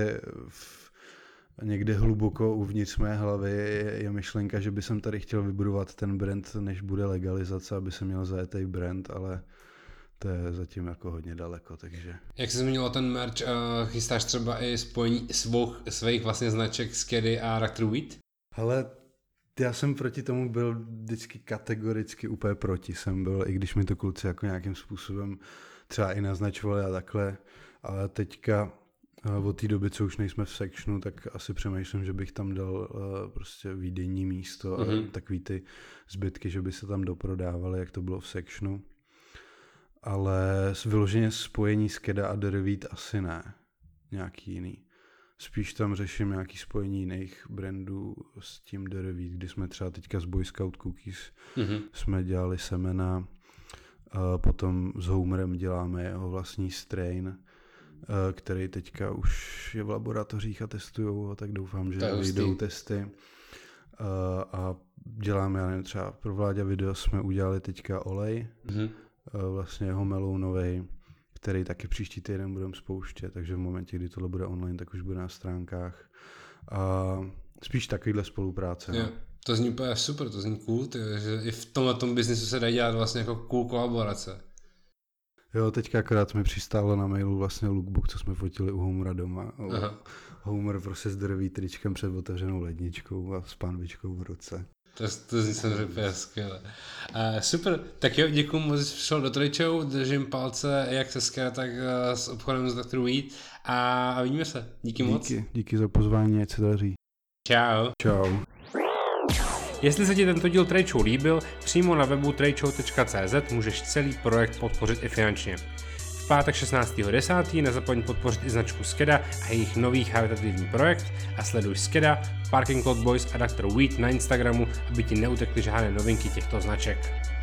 S2: někde hluboko uvnitř mé hlavy je myšlenka, že by jsem tady chtěl vybudovat ten brand, než bude legalizace, aby se měl zajetý brand, ale to je zatím jako hodně daleko, takže.
S1: Jak jsi zmínil ten merch, chystáš třeba i spojení svých vlastně značek Skedy a Dr. Weed?
S2: Hele, já jsem proti tomu byl vždycky kategoricky úplně proti jsem byl, i když mi to kluci jako nějakým způsobem třeba i naznačovali a takhle, ale teďka od té doby, co už nejsme v sectionu, tak asi přemýšlím, že bych tam dal prostě výdejní místo a takový ty zbytky, že by se tam doprodávaly, jak to bylo v sectionu. ale vyloženě spojení Skeda a Derweed asi ne, nějaký jiný. Spíš tam řeším nějaký spojení jiných brandů s tím Derweed, kdy jsme třeba teďka z Boy Scout Cookies jsme dělali semena, potom s Homerem děláme jeho vlastní strain, který teďka už je v laboratořích a testujou, tak doufám, že vyjdou testy. A děláme, já nevím, třeba pro Vláďa video jsme udělali teďka olej, vlastně jeho melounovej, který taky příští týden budeme spouštět, takže v momentě, kdy tohle bude online, tak už bude na stránkách. A spíš takovýhle spolupráce.
S1: Jo, to zní úplně super, to zní cool, že i v tomhletom biznisu se dají dělat vlastně jako cool kolaborace.
S2: Jo, teďka akorát mi přistálo na mailu vlastně lookbook, co jsme fotili u Homera doma. Homer prostě s Derweed tričkem před otevřenou ledničkou a s pánvičkou v ruce.
S1: To zní samozřejmě úplně skvěle. Super, tak jo, děkuji moc, že jsi přišel do Trade Show, držím palce jak se Skeda, tak s obchodem s Dr. Weed a vidíme se. Díky moc.
S2: Díky za pozvání, ať se daří.
S1: Čau.
S2: Čau.
S1: Jestli se ti tento díl Trade Show líbil, přímo na webu tradeshow.cz můžeš celý projekt podpořit i finančně. V pátek 16.10. nezapomeň podpořit i značku Skeda a jejich nový charitativní projekt a sleduj Skeda, Parking Lot Boys a Dr. Weed na Instagramu, aby ti neutekly žádné novinky těchto značek.